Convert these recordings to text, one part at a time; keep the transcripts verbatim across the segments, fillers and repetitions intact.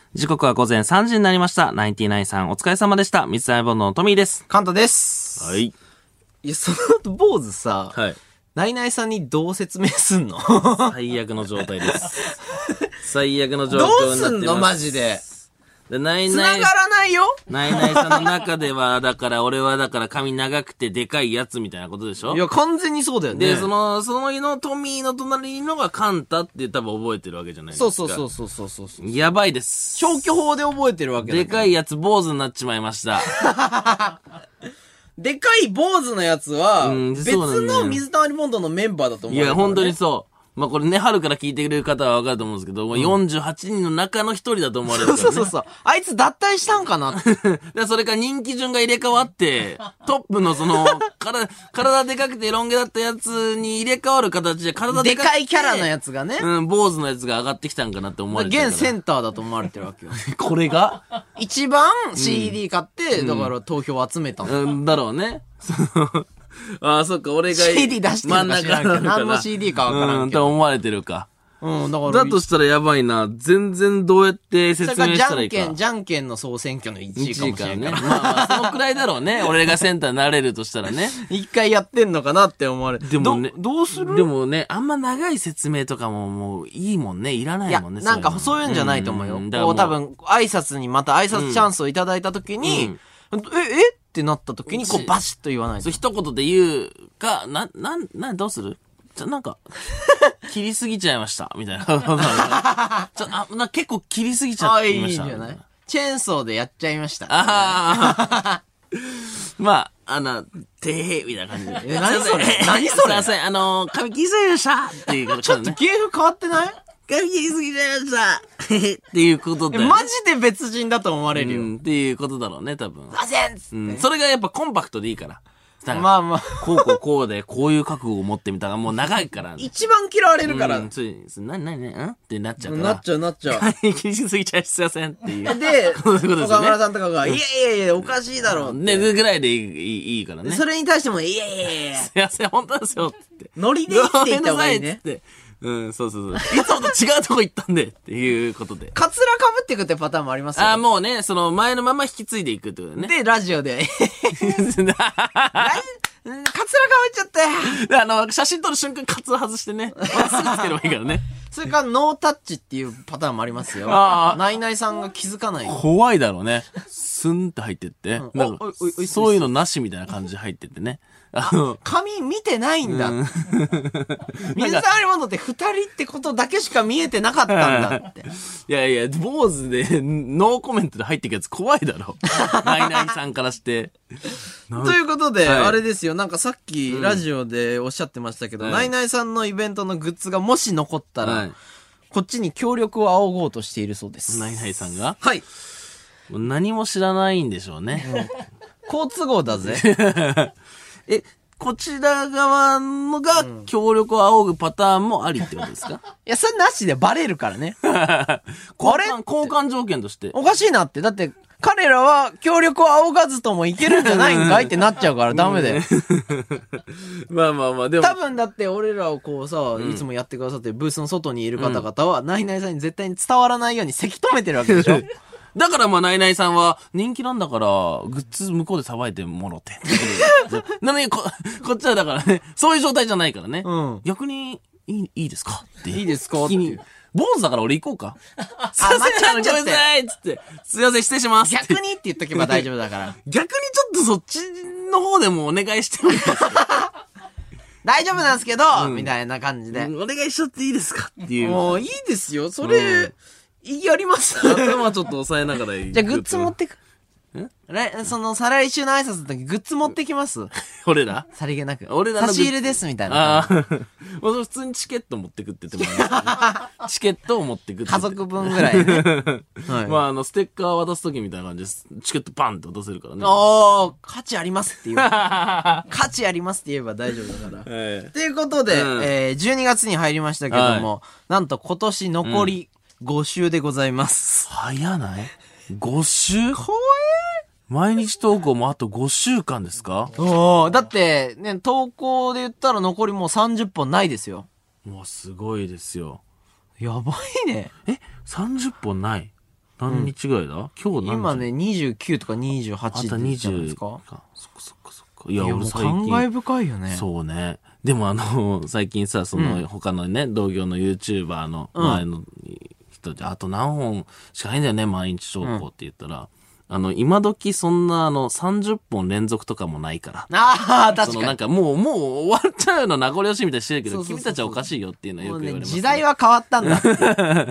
時刻は午前さんじになりました。ナインティナインさんお疲れ様でした。三つ編みボンドのトミーです。 カンタです。 はい。 いや、その後、坊主さ、 はい。 ナイナイさんにどう説明すんの最悪の状態です。最悪の状況どになってます。 うすんのマジで。 で、ナイナイ、 繋がらないよナイナイさんの中では、だから俺はだから髪長くてでかいやつみたいなことでしょ。 いや、完全にそうだよね。 で、その、その日のトミーの隣にいるのがカンタって多分覚えてるわけじゃないですか。 そうそうそうそうそうそう。 やばいです。 消去法で覚えてるわけだでかいやつ坊主になっちまいました。 でかい坊主のやつは、 うん別そうだねの水溜りボンドのメンバーだと思う、 いや、本当にそう。まあ、これね、春から聞いてくれる方はわかると思うんですけど、もうよんじゅうはちにんの中の一人だと思われるからね。 そうそうそう。あいつ脱退したんかなって。 で、それから人気順が入れ替わって、トップのその、体、体でかくてロン毛だったやつに入れ替わる形で体ででかくて。 かいキャラのやつがね。 うん、坊主のやつが上がってきたんかなって思われてるから。 現センターだと思われてるわけよ。 これが一番 シーディー 買って、だから投票集めたの。 うん、だろうね。そのああ、そっか、俺が。 シーディー 出してるのか知らんけど、何の シーディー かわからんけど。 うん、と思われてるか。 うん、だから。 だとしたらやばいな。全然どうやって説明したらいいか。 じゃんけん、じゃんけんの総選挙のいちいかもしれんから。 ね。まあまあ、そのくらいだろうね。俺がセンターになれるとしたらね。 一回やってんのかなって思われる。 でもね、 ど、どうするでもね、あんま長い説明とかももういいもんね。いらないもんね。 いや、なんかそういうんじゃないと思うよ。 んこう多分、挨拶にまた挨拶チャンスをいただいたときに、え、えってなったときに、こうバシッと言わないと。 そう、一言で言うか、な、なん、な、どうするちょ、なんか、切りすぎちゃいました、みたいな。ちょ、あ、な、結構切りすぎちゃいました。 あ、いいんじゃないチェーンソーでやっちゃいました。 ああ。まあ、あの、てへみたいな感じで。 え、何それ何それすいません、あの、髪切りすぎましたっていうことちょっと芸風変わってない髪切りすぎちゃいましたっていうことだよね。 マジで別人だと思われるよ。 うん、っていうことだろうね、多分。 すいませんっつって、 うん。それがやっぱコンパクトでいいから。 まあまあ。 こうこうこうで、こういう覚悟を持ってみたら、もう長いから。 一番嫌われるから。 うん、つい、なになにんってなっちゃうから。 なっちゃうなっちゃう。 髪切りすぎちゃいすいませんっていう。 で、 そういうことですよね。 岡村さんとかが、いやいやいや、おかしいだろうって。 ね、ぐらいでいい、いいからね。 それに対しても、いやいやいや。 すいません、本当ですよって。 ノリで生きていった方がいいね。 うん、そうそうそう。いつもと違うとこ行ったんで、っていうことで。 カツラ被っていくってパターンもありますよ。 ああ、もうね、その前のまま引き継いでいくってことね。 で、ラジオで。カツラ被っちゃったよ。 で、あの、写真撮る瞬間カツラ外してね。すぐつければいいからね。 それからノータッチっていうパターンもありますよ。 ああ。 ナイナイさんが気づかない。 怖いだろうね。スンって入ってって。 うん、 なんかおおおそういうのなしみたいな感じで入ってってね。 あの、髪見てないんだ。うん、水溜りボンドって二人ってことだけしか見えてなかったんだって。 いやいや、坊主でノーコメントで入ってくやつ怖いだろ。ナイナイさんからして。 ということで、はい、あれですよ、なんかさっきラジオでおっしゃってましたけど、うん、ナイナイさんのイベントのグッズがもし残ったら、はい、こっちに協力を仰ごうとしているそうです。 ナイナイさんがはい。 もう何も知らないんでしょうね。 うん、好都合だぜ。 え、こちら側のが協力を仰ぐパターンもありってことですか？いや、それなしでバレるからね。 交換、交換条件として。 おかしいなって。だって、彼らは協力を仰がずともいけるんじゃないんかいってなっちゃうからダメだよ。 まあまあまあ、でも。 多分だって俺らをこうさ、いつもやってくださってブースの外にいる方々は、ナイナイさんに絶対に伝わらないようにせき止めてるわけでしょ。 だからまあ、ナイナイさんは、人気なんだから、グッズ向こうでさばいてもろて。なのに、こ、こっちはだからね、そういう状態じゃないからね。うん、逆に、いい、いいですかって。 いいですかって。 坊主だから俺行こうか。 すいません、ごめんなさいっつって。すいません、失礼します。 逆にって言っとけば大丈夫だから。 逆にちょっとそっちの方でもお願いしてもいいですか？ 大丈夫なんですけど、うん、みたいな感じで。 お願いしちゃっていいですかっていう。 もういいですよ。それ、うんやります。 頭ちょっと抑えながらいい。 じゃあグッズ持ってく。んその、再来週の挨拶の時グッズ持ってきます俺らさりげなく。 俺らの差し入れですみたいな。 ああ。普通にチケット持ってくって言ってもいい、ね、チケットを持ってくって家族分ぐらいね。 はい、まああの、ステッカー渡す時みたいな感じです。チケットパンって渡せるからね。 おー、価値ありますって言う。価値ありますって言えば大丈夫だから。 はい。 ということで、うん、えー、じゅうにがつに入りましたけども、はい、なんと今年残り、うんご週でございます。 早ない ?ご 週怖え毎日投稿もあとごしゅうかんですか？ おー、だってね、投稿で言ったら残りもうさんじゅっぽんないですよ。 もうすごいですよ。 やばいね。 え ?さんじゅっぽんない何日ぐらいだ、うん、今日何日今ね、にじゅうくとかにじゅうはちじゃないですか。 あとにじゅうか。そっかそっかそっか。いや、 いや俺最近。 感慨深いよね。 そうね。でもあの、最近さ、その、他のね、同業の YouTuber の前の人で、あと何本しかないんだよね、毎日投稿って言ったら、あの、今時そんなあの、さんじゅっぽん連続とかもないから。 ああ、確かに。 そのなんかもう、もう終わっちゃうの名残惜しいみたいにしてるけど、そうそうそうそう君たちはおかしいよっていうのはよく言われます、ね。 時代は変わったんだって。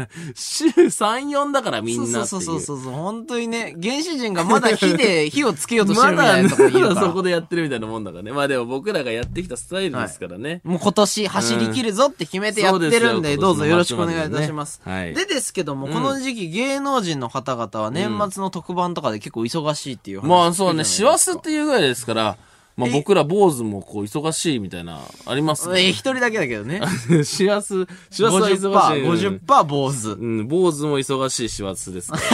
週さん、よんだからみんなっていう。 そうそうそうそう。本当にね、原始人がまだ火で火をつけようとしてるみたいなところいるから。 まだそこでやってるみたいなもんだからね。まあでも僕らがやってきたスタイルですからね。はい、 もう今年走り切るぞって決めてやってるんで、うん、どうぞよろしくお願いいたします。ね、はい、でですけども、この時期芸能人の方々は年末の特番とかで結構忙しいっていう話、 まあそうね、師走っていうぐらいですから、まあ僕ら坊主もこう忙しいみたいな、ありますね。え、一人だけだけどね。 師走、師走は忙しい。 ごじゅっパーセント、坊主。 うん、坊主も忙しい師走ですから、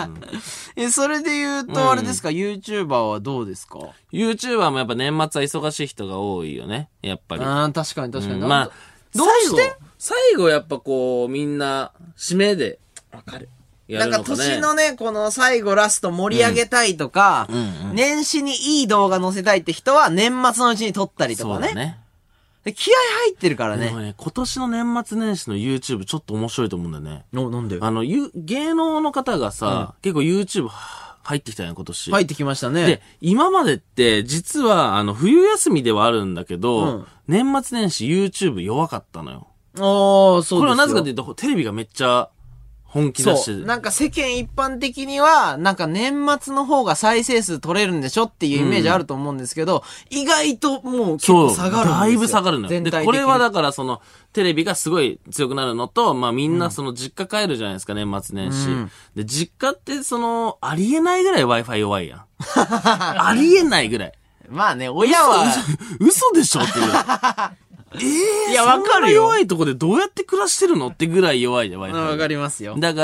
うん。 え、それで言うと、あれですか、うん、YouTuber はどうですか？ YouTuber もやっぱ年末は忙しい人が多いよね。やっぱり。 ああ、確かに確かに。 うん、まあ、 どうして最後やっぱこう、みんな、締めで、わかる。 なんか年のね、この最後ラスト盛り上げたいとか、うんうんうん、年始にいい動画載せたいって人は年末のうちに撮ったりとかね。そうだね。で気合入ってるからね。 でもね、今年の年末年始の YouTube ちょっと面白いと思うんだよね。 お、なんで？ あの、芸能の方がさ、うん、結構 YouTube 入ってきたよね、今年。 入ってきましたね。 で、今までって実はあの、冬休みではあるんだけど、うん、年末年始 YouTube 弱かったのよ。 ああ、そうですよ。 これはなぜかというと、テレビがめっちゃ、本気出してる。 なんか世間一般的には、なんか年末の方が再生数取れるんでしょっていうイメージあると思うんですけど、うん、意外ともう結構下がるんですよ。 だいぶ下がるのよ。 全体的に。 で、これはだからその、テレビがすごい強くなるのと、まあみんなその実家帰るじゃないですか、年末年始。うん、で、実家ってその、ありえないぐらい Wi-Fi 弱いやん。ありえないぐらい。 まあね、親は。 嘘でしょっていう。ええー、いや、わかるよ。弱いとこでどうやって暮らしてるのってぐらい弱いじゃん、Wi-Fi。 わかりますよ。 だから、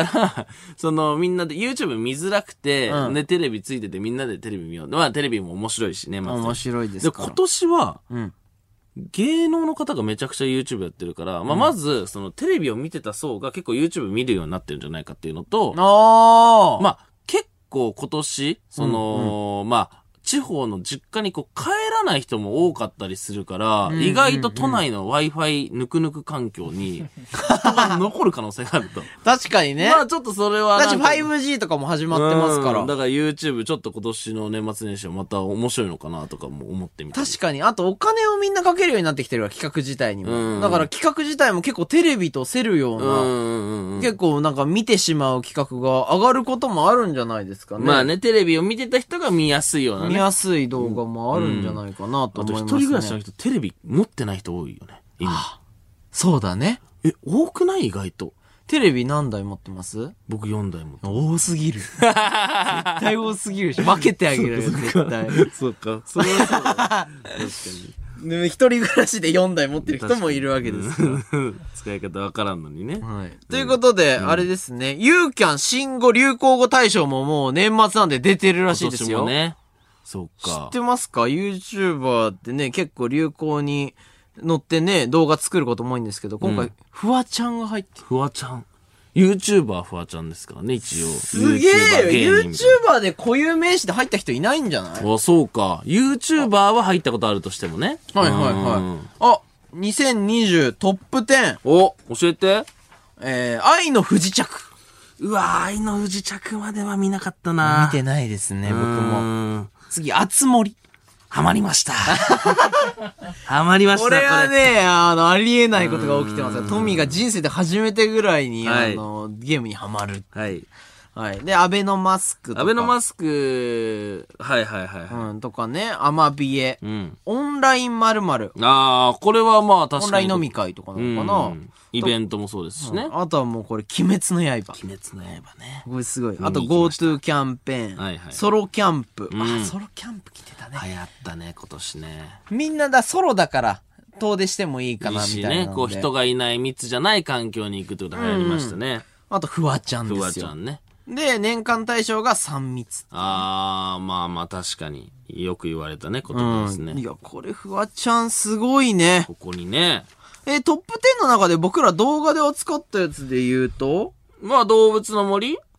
その、みんなで YouTube 見づらくて、うん、で、テレビついててみんなでテレビ見よう。まあ、テレビも面白いしね、まず。 面白いですか。 で、今年は、うん、芸能の方がめちゃくちゃ YouTube やってるから、まあ、まず、その、テレビを見てた層が結構 YouTube 見るようになってるんじゃないかっていうのと、 あまあ、結構今年、その、うんうん、まあ、地方の実家にこう帰らない人も多かったりするから、うんうんうん、意外と都内の Wi-Fi ぬくぬく環境に人が残る可能性があると。 確かにね。 まあちょっとそれはだし ファイブジー とかも始まってますから。 だから YouTube ちょっと今年の年末年始はまた面白いのかなとかも思ってみて。 確かに。あとお金をみんなかけるようになってきてるわ、企画自体にも。うん、だから企画自体も結構テレビと競るような、うんうんうん、結構なんか見てしまう企画が上がることもあるんじゃないですかね。 まあね、テレビを見てた人が見やすいようなね。 見やすい動画もあるんじゃないかなと思いますね。 あと一人暮らしの人、テレビ持ってない人多いよね。今。あ、 そうだね。 え、多くない意外と。 テレビ何台持ってます？ 僕よんだい持ってます。 多すぎる。絶対多すぎるし、分けてあげるよ、絶対。 そうか。それはそうだ。確かに。でも一人暮らしでよんだい持ってる人もいるわけですから。 使い方わからんのにね。 はい。ということで、うん、あれですね、ユーキャン新語・流行語大賞ももう年末なんで出てるらしいですよ。 今年もね。そうか。 知ってますか？ YouTuber ってね、結構流行に乗ってね、動画作ることも多いんですけど、今回、うん、フワちゃんが入ってる。 フワちゃん。YouTuber フワちゃんですからね、一応。 すげえよ !YouTuber で固有名詞で入った人いないんじゃない？ あ、そうか。YouTuber は入ったことあるとしてもね。 はいはいはい。あ、にせんにじゅうトップテン。 お、教えて。 えー、愛の不時着。 うわ、愛の不時着までは見なかったな。 見てないですね、僕も。次、あつ森。 ハマりました。ハマりました。 これはね、あの、ありえないことが起きてますよ。トミーが人生で初めてぐらいに、はい、あの、ゲームにハマる。はい。はい。で、アベノマスクとか。 アベノマスク、はいはいはい、はい。 うん、とかね、アマビエ。うん。オンライン〇〇。 ああ、これはまあ確かに。 オンライン飲み会とかなのかな、うん、 イベントもそうですしね。 うん、あとはもうこれ、鬼滅の刃。 鬼滅の刃ね。 これすごい。あと GoTo キャンペーン。はいはい。ソロキャンプ。うん、あ、ソロキャンプ来てたね。 流行ったね、今年ね。 みんなだ、ソロだから、遠出してもいいかな、みたいな。いいしね、 こう人がいない密じゃない環境に行くってことが流行りましたね。 うん、あと、フワちゃんですよ。 フワちゃんね。 で、年間大賞がさん密。 あー、まあまあ確かによく言われたね、言葉ですね。 うん、いや、これフワちゃんすごいね。 ここにね。 えー、トップテンの中で僕ら動画で扱ったやつで言うと、 まあ動物の森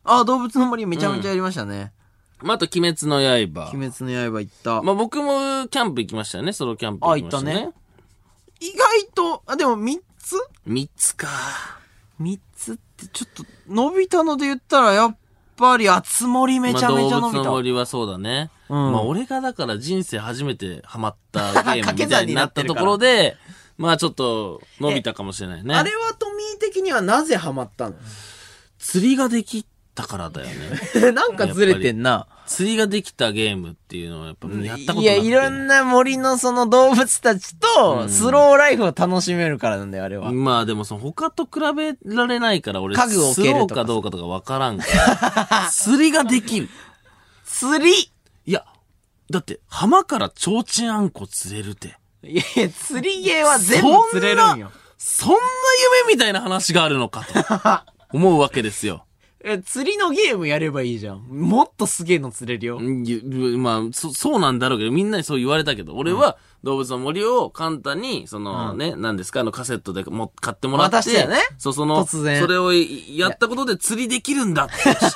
あ、動物の森めちゃめちゃやりましたね。 まあ、あと、鬼滅の刃。 鬼滅の刃行った。 まあ、僕もキャンプ行きましたよね、ソロキャンプ行きましたね。あ、行ったね。 意外と、あ、でもみっつ ? みっ つか。 みっつってちょっと、伸びたので言ったら、やっぱり、あつ森めちゃめちゃ伸びた。 まあ、動物の森はそうだね。うん、まあ、俺がだから人生初めてハマったゲームみたいになったところで、まあちょっと伸びたかもしれないね。 あれはトミー的にはなぜハマったの？ 釣りができたからだよね。 なんかずれてんな。 釣りができたゲームっていうのはやっぱやったことない。 いや、いろんな森のその動物たちとスローライフを楽しめるからなんだよ、あれは。 まあでもその他と比べられないから俺、 家具を置けるとかスローかどうかとかわからんから。釣りができる。 釣り？ いや、だって浜から提灯あんこ釣れるって。 いやいや、釣りゲーは全部釣れるんよ。 そんな夢みたいな話があるのかと思うわけですよ。 え、釣りのゲームやればいいじゃん。もっとすげえの釣れるよ。 まあ、そ、そうなんだろうけど、みんなにそう言われたけど、俺は動物の森を簡単に、そのね、うん、何ですか、あのカセットでも買ってもらって。 渡したよね。 そう、その、突然。それをやったことで釣りできるんだって知って、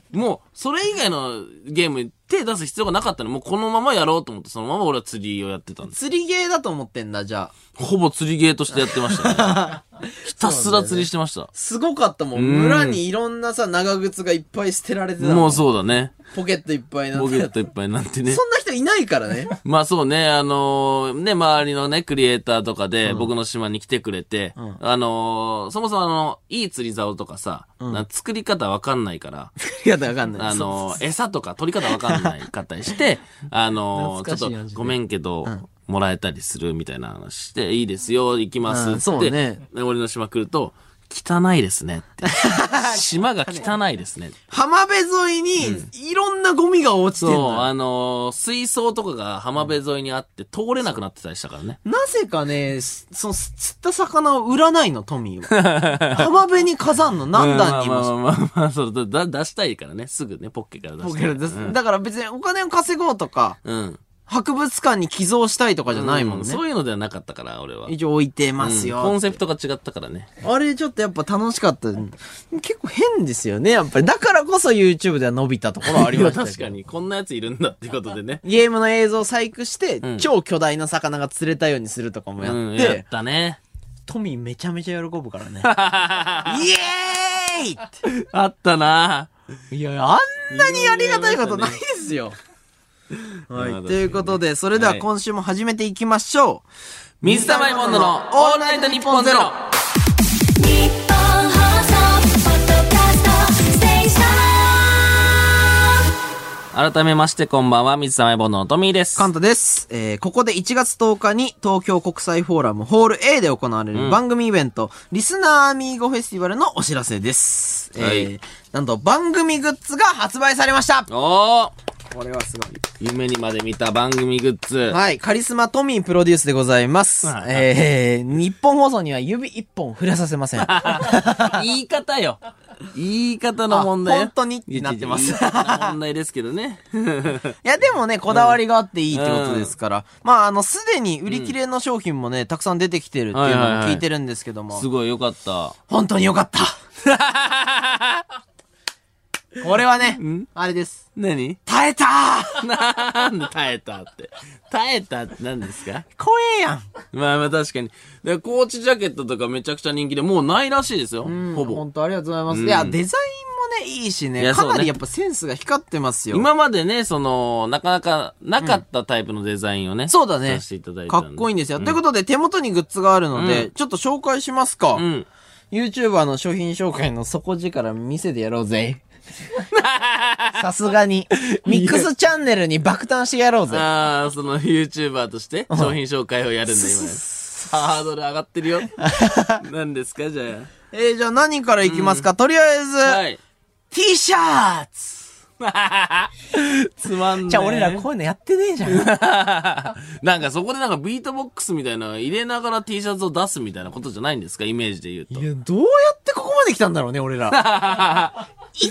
もう、それ以外のゲームに手出す必要がなかったの。もうこのままやろうと思って、そのまま俺は釣りをやってたんです。 釣りゲーだと思ってんだ、じゃあ。 ほぼ釣りゲーとしてやってましたね。ひたすら釣りしてました。 すごかったもん。村にいろんなさ、長靴がいっぱい捨てられてたもん。 もうそうだね。 ポケットいっぱいなんて。 ポケットいっぱいなんてね。 そんな人いないからね。 まあそうね、あのー、ね、周りのね、クリエイターとかで、僕の島に来てくれて、うん、あのー、そもそもあの、いい釣り竿とかさ、うん、作り方わかんないから。 作り方わかんない。 あのー、餌とか取り方わかんないかったりして、あのー、ちょっとごめんけど、うんもらえたりするみたいな話して、いいですよ、行きますって、うん、そうね。俺の島来ると、汚いですねって。島が汚いですね。 浜辺沿いに、いろんなゴミが落ちてる、うん、 そう、あのー、水槽とかが浜辺沿いにあって、通れなくなってたりしたからね。 なぜかね、その、釣った魚を売らないの、トミーは。浜辺に飾んの、何段にも。 まあまあまあまあ、そうだ、出したいからね、すぐね、ポッケから出したい。ポッケから出す、 うん。だから別にお金を稼ごうとか、うん。博物館に寄贈したいとかじゃないもんね、うん。 そういうのではなかったから、俺は。 一応置いてますよ、 うん。コンセプトが違ったからね。 あれちょっとやっぱ楽しかった。結構変ですよね、やっぱり。だからこそ YouTube では伸びたところはありましたけど。 確かに、こんなやついるんだってことでね。 ゲームの映像を細工して、うん、超巨大な魚が釣れたようにするとかもやって。うん、やったね。 トミーめちゃめちゃ喜ぶからね。イエーイって。 あったな。 いや、あんなにありがたいことないですよ。はい。ということで、それでは今週も始めていきましょう。 水溜りボンドのオールナイトニッポンゼロ。日本放送、ポッドキャスト、ステーション。改めましてこんばんは、水溜りボンドのトミーです。 カンタです。えー、ここでいちがつとおかに東京国際フォーラムホール A で行われる番組イベント、うん、リスナーアミーゴフェスティバルのお知らせです。はい、えー、なんと番組グッズが発売されました。 おーこれはすごい。 夢にまで見た番組グッズ。 はい。カリスマトミープロデュースでございます。はい、えー、日本放送には指一本触れさせません。 言い方よ。言い方の問題。 本当にってなってます。 言い方の問題ですけどね。 いや、でもね、こだわりがあっていいってことですから。うん、まあ、あの、すでに売り切れの商品もね、たくさん出てきてるっていうのも聞いてるんですけども。はいはいはい、 すごいよかった。 本当によかった。これはね、あれです。 何？ 耐えたーなんで耐えたって。耐えたって何ですか？ 怖えやん。 まあまあ確かに。で、コーチジャケットとかめちゃくちゃ人気で、もうないらしいですよ。ほぼ。 本当ありがとうございます。いや、デザインもね、いいしね、かなりやっぱセンスが光ってますよ。 今までね、その、なかなかなかったタイプのデザインをね。 そうだね。 させていただいたんで。 かっこいいんですよ。ということで、手元にグッズがあるので、ちょっと紹介しますか。うん。YouTuber の商品紹介の底力店でやろうぜ。さすがに。ミックスチャンネルに爆誕してやろうぜ。 ああ、その YouTuber として商品紹介をやるんだ、今ね。ハードル上がってるよ。何ですか、じゃあ。 えー、じゃあ何からいきますか、うん、とりあえず、はい、T シャツつまんねえ。 じゃあ俺らこういうのやってねえじゃん。 なんかそこでなんかビートボックスみたいなの入れながら T シャツを出すみたいなことじゃないんですか、イメージで言うと。 いや、どうやってここまで来たんだろうね、俺ら。一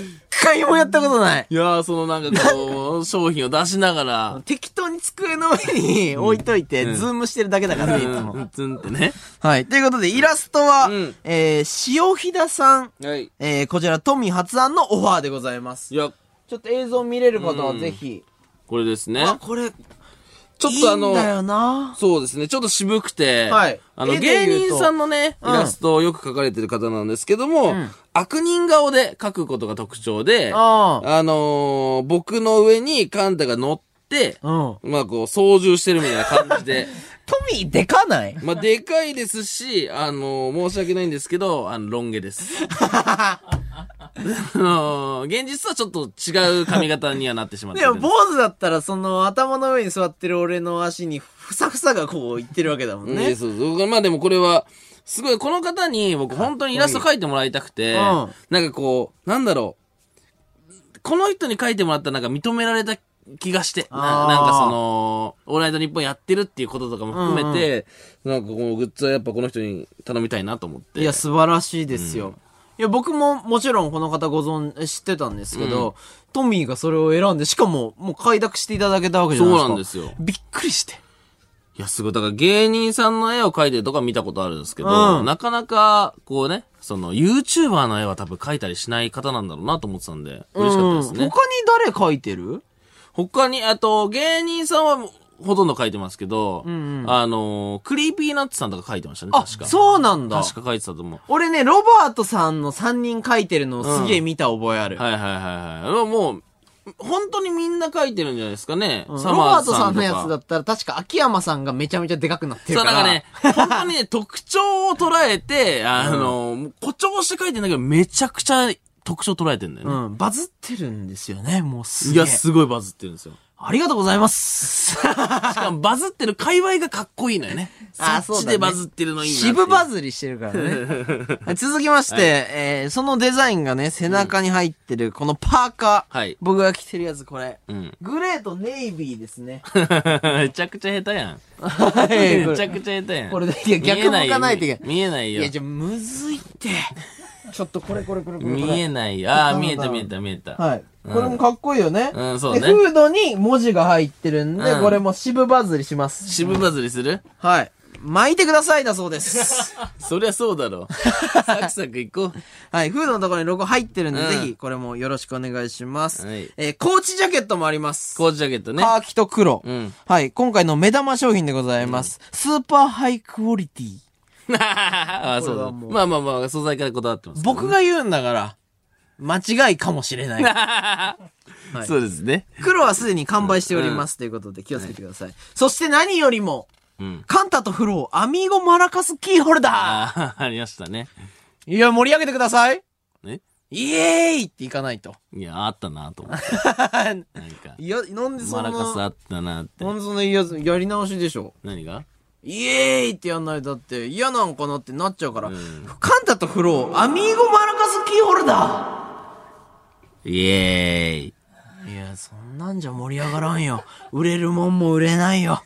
回もやったことない。 いやー、そのなんかこう、商品を出しながら、 適当に机の上に置いといて、 うんズームしてるだけだからね、いつも。 うん、ツンってね。 はい。ということで、イラストは、 うんえー、塩ひださん、 はい。いえー、こちら、トミー発案のオファーでございます。 や、 ちょっと映像見れる方はぜひ。 これですね。 あ、これ、 ちょっとあの、 いいんだよな。 そうですね。ちょっと渋くて、 はいあの、 絵で芸言うと人さんのね、イうんラストをよく描かれてる方なんですけども、 ん悪人顔で描くことが特徴で、 ああのー僕の上にカンタが乗って、 うん。 まあこう、操縦してるみたいな感じで、 トミーでかないまあでかいですし、あのー申し訳ないんですけど、あの、ロン毛です。あのー現実はちょっと違う髪型にはなってしまってでも、 るんです。 坊主だったら、その、頭の上に座ってる俺の足に、ふさふさがこう、いってるわけだもんね。 ね、そうそう。まあでもこれは、すごい、この方に僕本当にイラスト描いてもらいたくて、 うんなんかこう、なんだろう。この人に描いてもらったらなんか認められた気がして、なあーなんかその、オールナイトニッポンやってるっていうこととかも含めて、なんかこのグッズはやっぱこの人に頼みたいなと思って。 いや、素晴らしいですよ。いや、僕ももちろんこの方ご存知ってたんですけど、トミーがそれを選んで、しかも、もう快諾していただけたわけじゃないですか。 そうなんですよ。 びっくりして。 いや、すごい。だから芸人さんの絵を描いてるとか見たことあるんですけど、 うんなかなか、こうね、その、YouTuber の絵は多分描いたりしない方なんだろうなと思ってたんで、嬉しかったですね。 うん他に誰描いてる他に、あと、芸人さんはほとんど書いてますけど、 んうんあの、クリーピーナッツさんとか書いてましたね、 あ、 確か。 そうなんだ。 確か書いてたと思う。 俺ね、ロバートさんのさんにん描いてるのをすげえ見た覚えある。 はいはいはいはい。もう、本当にみんな書いてるんじゃないですかね。 うんサマーロバートさんとかのやつだったら確か秋山さんがめちゃめちゃでかくなってるそう、 から。 なんかね、本当にね、特徴を捉えて、あの、誇張して書いてんだけど、めちゃくちゃ特徴捉えてんだよね。 うん、バズってるんですよね、もうすげえ。 いや、すごいバズってるんですよ。 ありがとうございます。 しかもバズってる界隈がかっこいいのよね。 あそっちでバズってるのいいなっていう。 渋バズりしてるからね。はい続きまして、 はいえーそのデザインがね、背中に入ってる、このパーカー。 はい僕が着てるやつ、これ。 うん。 グレーとネイビーですね。 めちゃくちゃ下手やん。 はいめちゃくちゃ下手やん。 これで、いや、逆向かないといけない。 見えないよ。 いや、じゃあ、むずいって。ちょっとこれこれこれこれ。 見えないよ。ああ、見えた見えた見えた。 はい。これもかっこいいよね。 うん、そうで、 ね。 フードに文字が入ってるんで、 うんこれも渋バズりします。 渋バズりするはい。巻いてくださいだそうです。 そりゃそうだろ。サクサクいこう。 はい。フードのところにロゴ入ってるんで、 うんぜひ、これもよろしくお願いします。 はいえーコーチジャケットもあります。 コーチジャケットね。 カーキと黒。 うん。 はい。今回の目玉商品でございます。スーパーハイクオリティ。 ああ、そうだ。 これはもうまあまあまあ、素材からこだわってます。 僕が言うんだから、間違いかもしれない。はいそうですね。 黒はすでに完売しておりますということで気をつけてください。そして何よりも、 うん。 カンタとフロー、アミーゴマラカスキーホルダああ、ありましたね。 ーいや、盛り上げてくださいね。 イエーイっていかないと。 いや、あったなと思って。なんか、 いや、なんでそんな、 マラカスあったなってな。んでそんなやつ、やり直しでしょ。 何がイエーイってやんないとだって嫌なんかなってなっちゃうから。 うんカンタとフロー、アミーゴマラカスキーホルダイエーイ。 ーいや、そんなんじゃ盛り上がらんよ。売れるもんも売れないよ。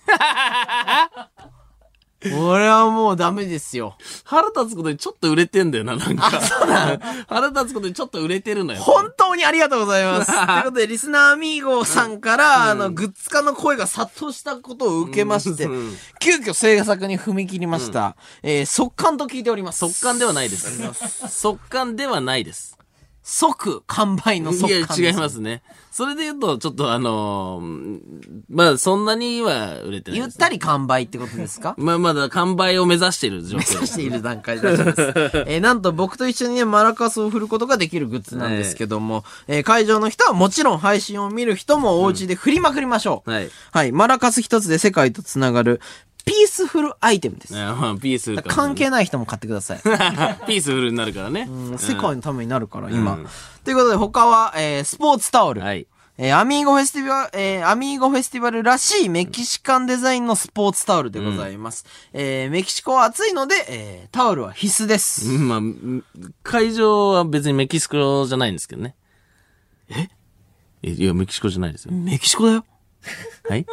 これはもうダメですよ。 腹立つことにちょっと売れてんだよな、なんか。腹立つことにちょっと売れてるのよ。 本当にありがとうございます。ということで、リスナーアミーゴさんから、あの、グッズ化の声が殺到したことを受けましてうんうん、 急遽制作に踏み切りました。えー、速乾と聞いております。 速乾ではないです。速乾ではないです。 即完売の速いや、 乾です。 違いますね。それで言うと、ちょっとあのーまあ、そんなには売れてないです、 ゆったり完売ってことですかまあ、まだ完売を目指している状況目です。 指している段階でございます。えーなんと僕と一緒にね、マラカスを振ることができるグッズなんですけども、えー会場の人はもちろん配信を見る人もお家で振りまくりましょう。 はい。 はい。マラカス一つで世界とつながる、ピースフルアイテムです。 いやまあ、ピースフルから関係ない人も買ってください。 ピースフルになるからね。 うん世界のためになるから、今。 うんということで、他は、えースポーツタオル。 はい。 えーアミーゴフェスティバル、えーアミーゴフェスティバルらしいメキシカンデザインのスポーツタオルでございます。えーメキシコは暑いので、えータオルは必須です。 うんまあ、うん会場は別にメキシコじゃないんですけどね。ええいや、メキシコじゃないですよ。 メキシコだよ。 はい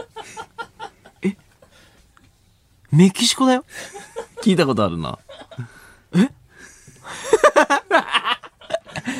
メキシコだよ。 聞いたことあるな。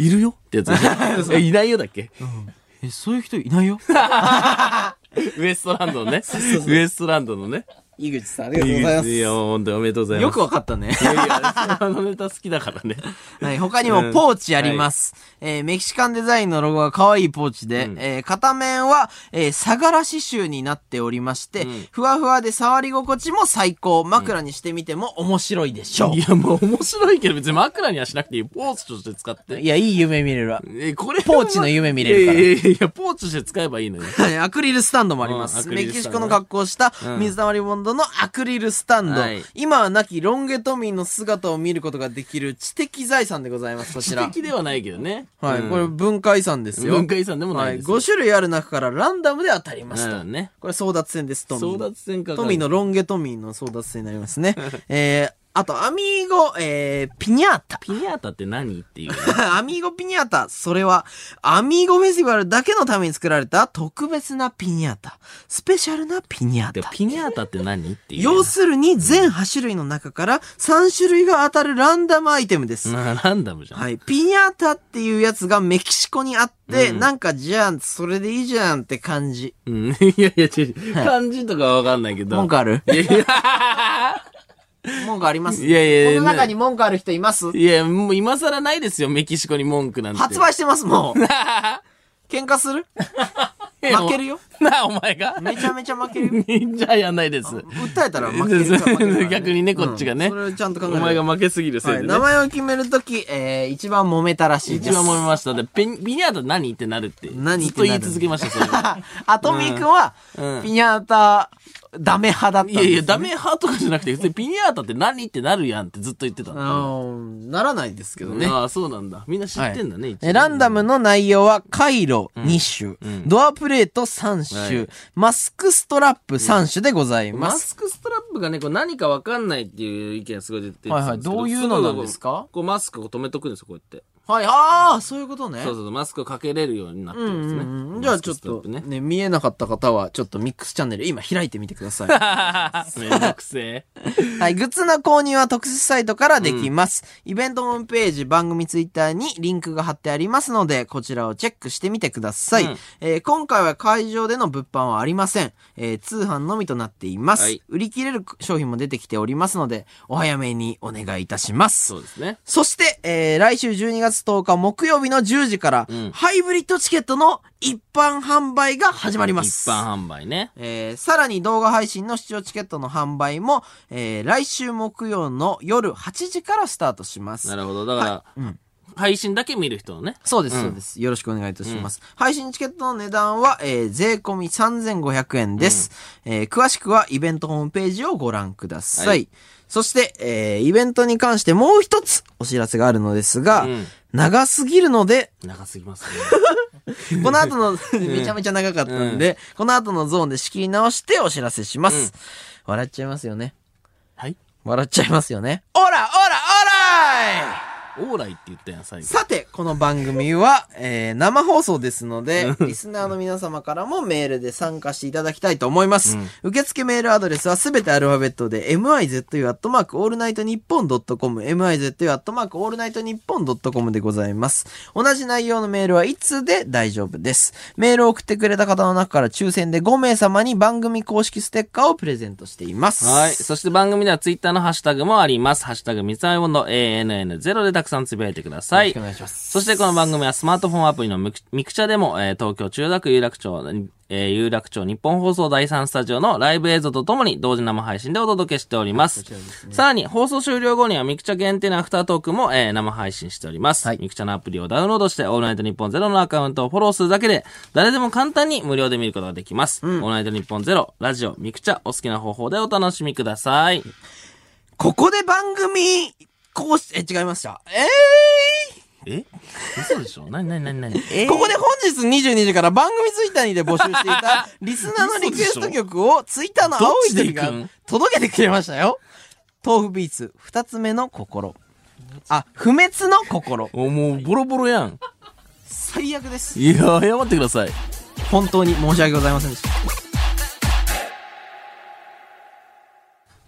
いるよってやつでしょ。え、いないよだっけ、 うん、え、そういう人いないよ。 ウエストランドのね。そうそうそうウエストランドのね。 井口さん、ありがとうございます。 いや、本当におめでとうございます。 よくわかったね。 いやいや、あのネタ好きだからね。 はい、他にもポーチあります。うんはい、えー、メキシカンデザインのロゴが可愛いポーチで、うん、えー、片面は、えー、サガラ刺繍になっておりまして、うん、ふわふわで触り心地も最高。枕にしてみても面白いでしょう。うん、 いや、もう面白いけど別に枕にはしなくていい。ポーチとして使って。 いや、いい夢見れるわ。 え、これポーチの夢見れるから。 いやいやいや、ポーチとして使えばいいのよ。 はい、アクリルスタンドもあります。うん、メキシコの格好をした水溜りボンドのアクリルスタンド。はい、今は亡きロンゲトミーの姿を見ることができる知的財産でございます。こちら。 知的ではないけどね。 はい、うん、これ文化遺産ですよ。 文化遺産でもないです、 はい。ご種類ある中からランダムで当たりました。 ね。 これ争奪戦です、トミー。 争奪戦か。 トミーのロンゲトミーの争奪戦になりますね。えー、あと、アミーゴ、えー、ピニャータ。 ピニャータって何っていう。 アミーゴピニャータ。それは、アミーゴフェスティバルだけのために作られた特別なピニャータ。スペシャルなピニャータ。 ピニャータって何っていう。 要するに、全はち種類の中からさん種類が当たるランダムアイテムです。 ランダムじゃん。 はい。ピニャータっていうやつがメキシコにあって、うん、なんかじゃあ、それでいいじゃんって感じ。 うん。いやいや、違う。漢字とかわかんないけど。 文句ある？いやいや文句あります？いやいや、この中に文句ある人います？ いや、もう今更ないですよ、メキシコに文句なんて。 発売してます、もう。喧嘩する？負けるよ。 なあ、お前がめちゃめちゃ負けるよ。 じゃあやんないです。 訴えたら負けるか負ける、 ね。逆にね、こっちがね。 うん、それをちゃんと考える。 お前が負けすぎるせいで、ねはい。名前を決めるとき、えー、一番揉めたらしいです。 一番揉めました。で、ピニャータ何ってなるって。 何ってずっと言い続けました、それは。 あとみーくんは、うん、ピニャータ、ダメ派だったんです、ね。 いやいや、ダメ派とかじゃなくて、普通にピニャータって何ってなるやんってずっと言ってたの。ならないですけどね。 ああ、そうなんだ。みんな知ってんだね、はい、 一応。ランダムの内容は、回路に種、うん、ドアプレートさん種、はい、マスクストラップさん種でございます。 マスクストラップがね、これ何かわかんないっていう意見がすごい出てるんですけど。 はいはい。どういうのなんですか？ こうマスクを止めとくんですよ、こうやって。 はい、ああ、そういうことね。 そうそうそう、マスクをかけれるようになってるんですね。 うんうん、じゃあちょっとね、ね、見えなかった方は、ちょっとミックスチャンネル、今開いてみてください。めんどくせえ。はい、グッズの購入は特設サイトからできます。うん、イベントホームページ、番組ツイッターにリンクが貼ってありますので、こちらをチェックしてみてください。うん、えー、今回は会場での物販はありません。えー、通販のみとなっています。はい、売り切れる商品も出てきておりますので、お早めにお願いいたします。 そうですね。 そして、えー、来週じゅうにがつとおか木曜日のじゅうじから、うん、ハイブリッドチケットの一般販売が始まります。 一般販売ね。 えー、さらに動画配信の視聴チケットの販売も、えー、来週木曜の夜はちじからスタートします。 なるほど。だから、はい、うん、配信だけ見る人のね。 そうです、そうです。よろしくお願いいたします。うん、配信チケットの値段は、えー、税込みさんぜんごひゃくえんです、うんえー。詳しくはイベントホームページをご覧ください。はい、そして、えー、イベントに関してもう一つお知らせがあるのですが、うん、長すぎるので、 長すぎますね。この後の、めちゃめちゃ長かったんで、うん、この後のゾーンで仕切り直してお知らせします。うん、笑っちゃいますよね。 はい。 笑っちゃいますよね。オラオラオラーいオーライって言ったやん、最後。 さて、この番組は、えー、生放送ですので、リスナーの皆様からもメールで参加していただきたいと思います。うん、受付メールアドレスはすべてアルファベットで、ミズアットマークオールナイトニッポンドットコム、ミズアットマークオールナイトニッポンドットコムでございます。同じ内容のメールはいつで大丈夫です。メールを送ってくれた方の中から抽選でごめいさまに番組公式ステッカーをプレゼントしています。 はい。そして番組ではツイッターのハッシュタグもあります。ハッシュタグみつあいもんの エーエヌエヌゼロ でたくさんつぶやいてください。 よろしくお願いします。 そしてこの番組はスマートフォンアプリのミクチャでも、えー、東京千代田区有楽町、えー、有楽町日本放送だいさんスタジオのライブ映像とともに同時生配信でお届けしております。すね、さらに放送終了後にはミクチャ限定のアフタートークも、えー、生配信しております。はい、ミクチャのアプリをダウンロードしてオールナイトニッポンゼロのアカウントをフォローするだけで誰でも簡単に無料で見ることができます。うん、オールナイトニッポンゼロ、ラジオ、ミクチャ、お好きな方法でお楽しみください。 ここで番組、こうし、え、違いました。えーえ嘘でしょなになになになにえー、ここで本日にじゅうにじから番組ツイッターにて募集していたリスナーのリクエスト曲をツイッターの青い鳥が届けてくれましたよ。豆腐ビーツ二つ目の心。あ、不滅の心。 お、もうボロボロやん。 最悪です。 いや、謝ってください。 本当に申し訳ございませんでした。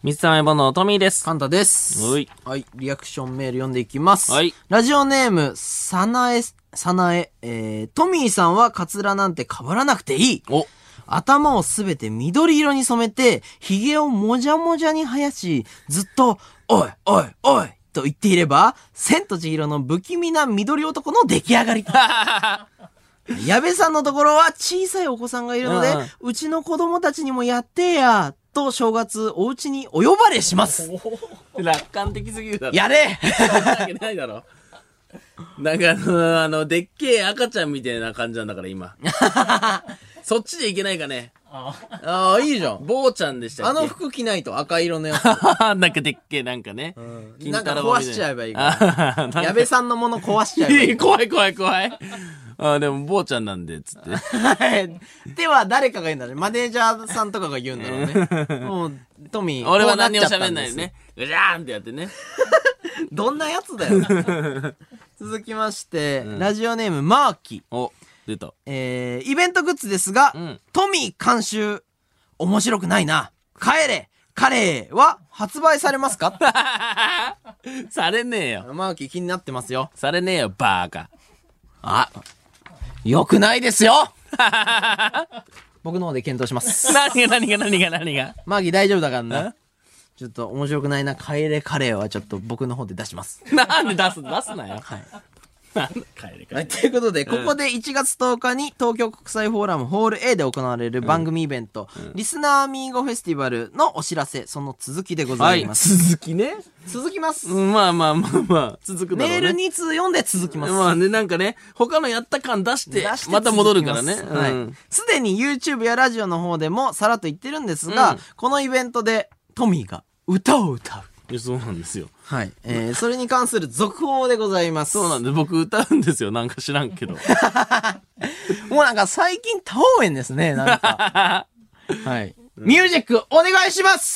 水溜りボンドのトミーです。 カンタです。 はい。 はい。リアクションメール読んでいきます。 はい。 ラジオネーム、さなえ、さなえ、えー、トミーさんはカツラなんて被らなくていい。 お。 頭をすべて緑色に染めて、髭をもじゃもじゃに生やし、ずっと、おい、おい、おいと言っていれば、千と千尋の不気味な緑男の出来上がり。矢部さんのところは小さいお子さんがいるので、うん、うちの子供たちにもやってや、と正月お家にお呼ばれします。 楽観的すぎるだろ。 やれわけないだろ。なんかあの、あの、でっけえ赤ちゃんみたいな感じなんだから今。そっちでいけないかね。 ああ、いいじゃん。 坊ちゃんでしたっけ。 あの服着ないと赤色のやつ。 なんかでっけえなんかね。 うん、なんか壊しちゃえばいいから。矢部さんのもの壊しちゃえばいい。 怖い怖い怖い。あでも、坊ちゃんなんで、つって。 はい。では、誰かが言うんだね。マネージャーさんとかが言うんだろうね。もう、トミー。 俺は何も喋んないよね。ぐじゃーんってやってね。 どんなやつだよ。続きまして、うん、ラジオネーム、マーキ。 お、出た。 えー、イベントグッズですが、うん、トミー監修、面白くないな。帰れカレーは発売されますか？ されねえよ。 マーキー気になってますよ。 されねえよ、バーカ。 あ、よくないですよ僕の方で検討します。 何が何が何が何がマーギー大丈夫だからな。ちょっと面白くないな、帰れカレーはちょっと僕の方で出します。 なんで出す、出すなよ。 はい。 帰れカレー。 はい、ということで、ここでいちがつとおかに東京国際フォーラムホール A で行われる番組イベント、うんうん、リスナーアミーゴフェスティバルのお知らせ、その続きでございます。 はい、続きね。 続きます。 うん、まあまあまあまあ、続くだろうね。 メールに通読んで続きます。 まあね、なんかね、他のやった感出して、出してまた戻るからね。 はい。すでに YouTube やラジオの方でもさらっと言ってるんですが、うん、このイベントでトミーが歌を歌う。 いや、そうなんですよ。 はい。えー、それに関する続報でございます。 そうなんで、僕歌うんですよ。なんか知らんけど。 もうなんか最近多応援ですね、なんか。はい。ミュージックお願いします。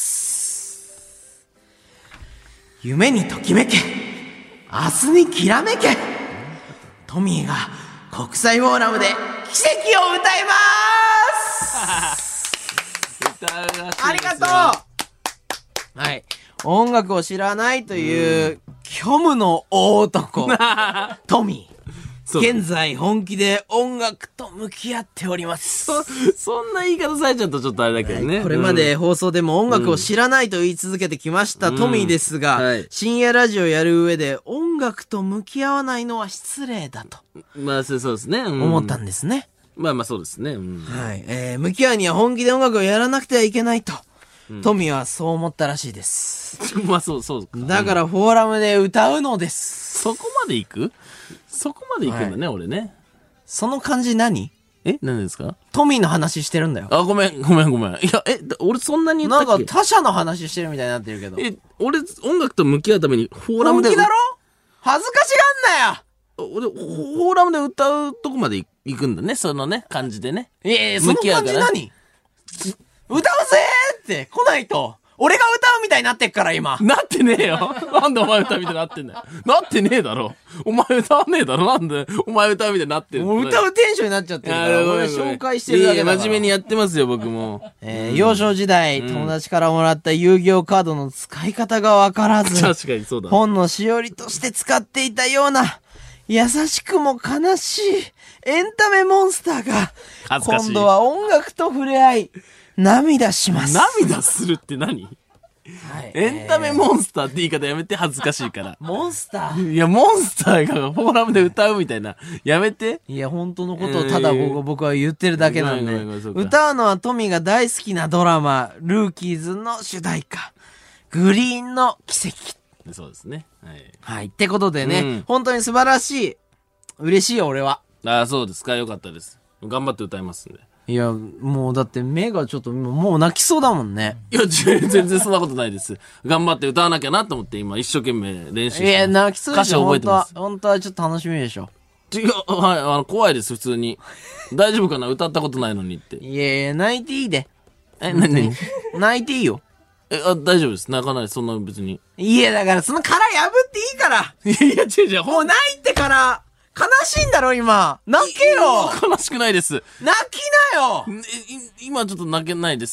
夢にときめけ。明日にきらめけ。トミーが国際フォーラムで奇跡を歌います。 歌うらしいですよ。 ありがとう。はい。音楽を知らないという、虚無の大男、トミー。現在本気で音楽と向き合っております。 そ、そんな言い方されちゃうとちょっとあれだけどね。 これまで放送でも音楽を知らないと言い続けてきましたトミーですが、うんはい、深夜ラジオやる上で音楽と向き合わないのは失礼だと。 まあそうですね。うん、 思ったんですね。 まあまあそうですね。うん、 はい。えー、向き合うには本気で音楽をやらなくてはいけないと。うん、トミーはそう思ったらしいです。 まあそうそうか。 だからフォーラムで歌うのです。 そこまで行く？そこまで行くんだね、はい、俺ね。 その感じ何？ え何ですか？ トミーの話してるんだよ。 あ、ごめん、ごめん、ごめん。いや、え、俺そんなに言ったっけ？ なんか他者の話してるみたいになってるけど。 え、俺音楽と向き合うためにフォーラムで。 本気だろ？恥ずかしがんなよ！ 俺、フォーラムで歌うとこまで行くんだね、そのね、感じでね。 いやいや、その感じ何？歌うぜーって来ないと。俺が歌うみたいになってっから今。 なってねえよ。なんでお前歌うみたいになってんだよ。なってねえだろ。お前歌わねえだろ。なんでお前歌うみたいになってる。 もう歌うテンションになっちゃってるから。俺紹介してるだけだから。 いや真面目にやってますよ、僕も。 えー、幼少時代、うん、友達からもらった遊戯王カードの使い方がわからず。 確かにそうだ。 本のしおりとして使っていたような、優しくも悲しいエンタメモンスターが、今度は音楽と触れ合い、涙します。 涙するって何？はい、エンタメモンスターって言い方やめて、恥ずかしいから。 モンスターいや、モンスターがフォーラムで歌うみたいな。やめて。 いや、本当のことをただ僕は言ってるだけなんで。歌うのはトミーが大好きなドラマ、ルーキーズの主題歌。グリーンの奇跡。 そうですね。はい。 はい。ってことでね、うん、本当に素晴らしい。嬉しいよ、俺は。 ああ、そうですか。よかったです。頑張って歌いますんで。 いや、もうだって目がちょっともう泣きそうだもんね。 いや、全然そんなことないです。頑張って歌わなきゃなと思って今一生懸命練習して。 いや、泣きそうでしょ。 歌詞覚えてます。 本当はちょっと楽しみでしょ。 違う、はい、あの、怖いです、普通に。大丈夫かな歌ったことないのにって。 いやいや、泣いていいで。 え、なに泣いていいよ。 え、あ、大丈夫です。泣かない、そんな別に。 いや、だからその殻破っていいから。 いや、違う違う、 もう泣いてから。悲しいんだろ今。泣けよ。 悲しくないです。 泣きなよ。 今ちょっと泣けないです。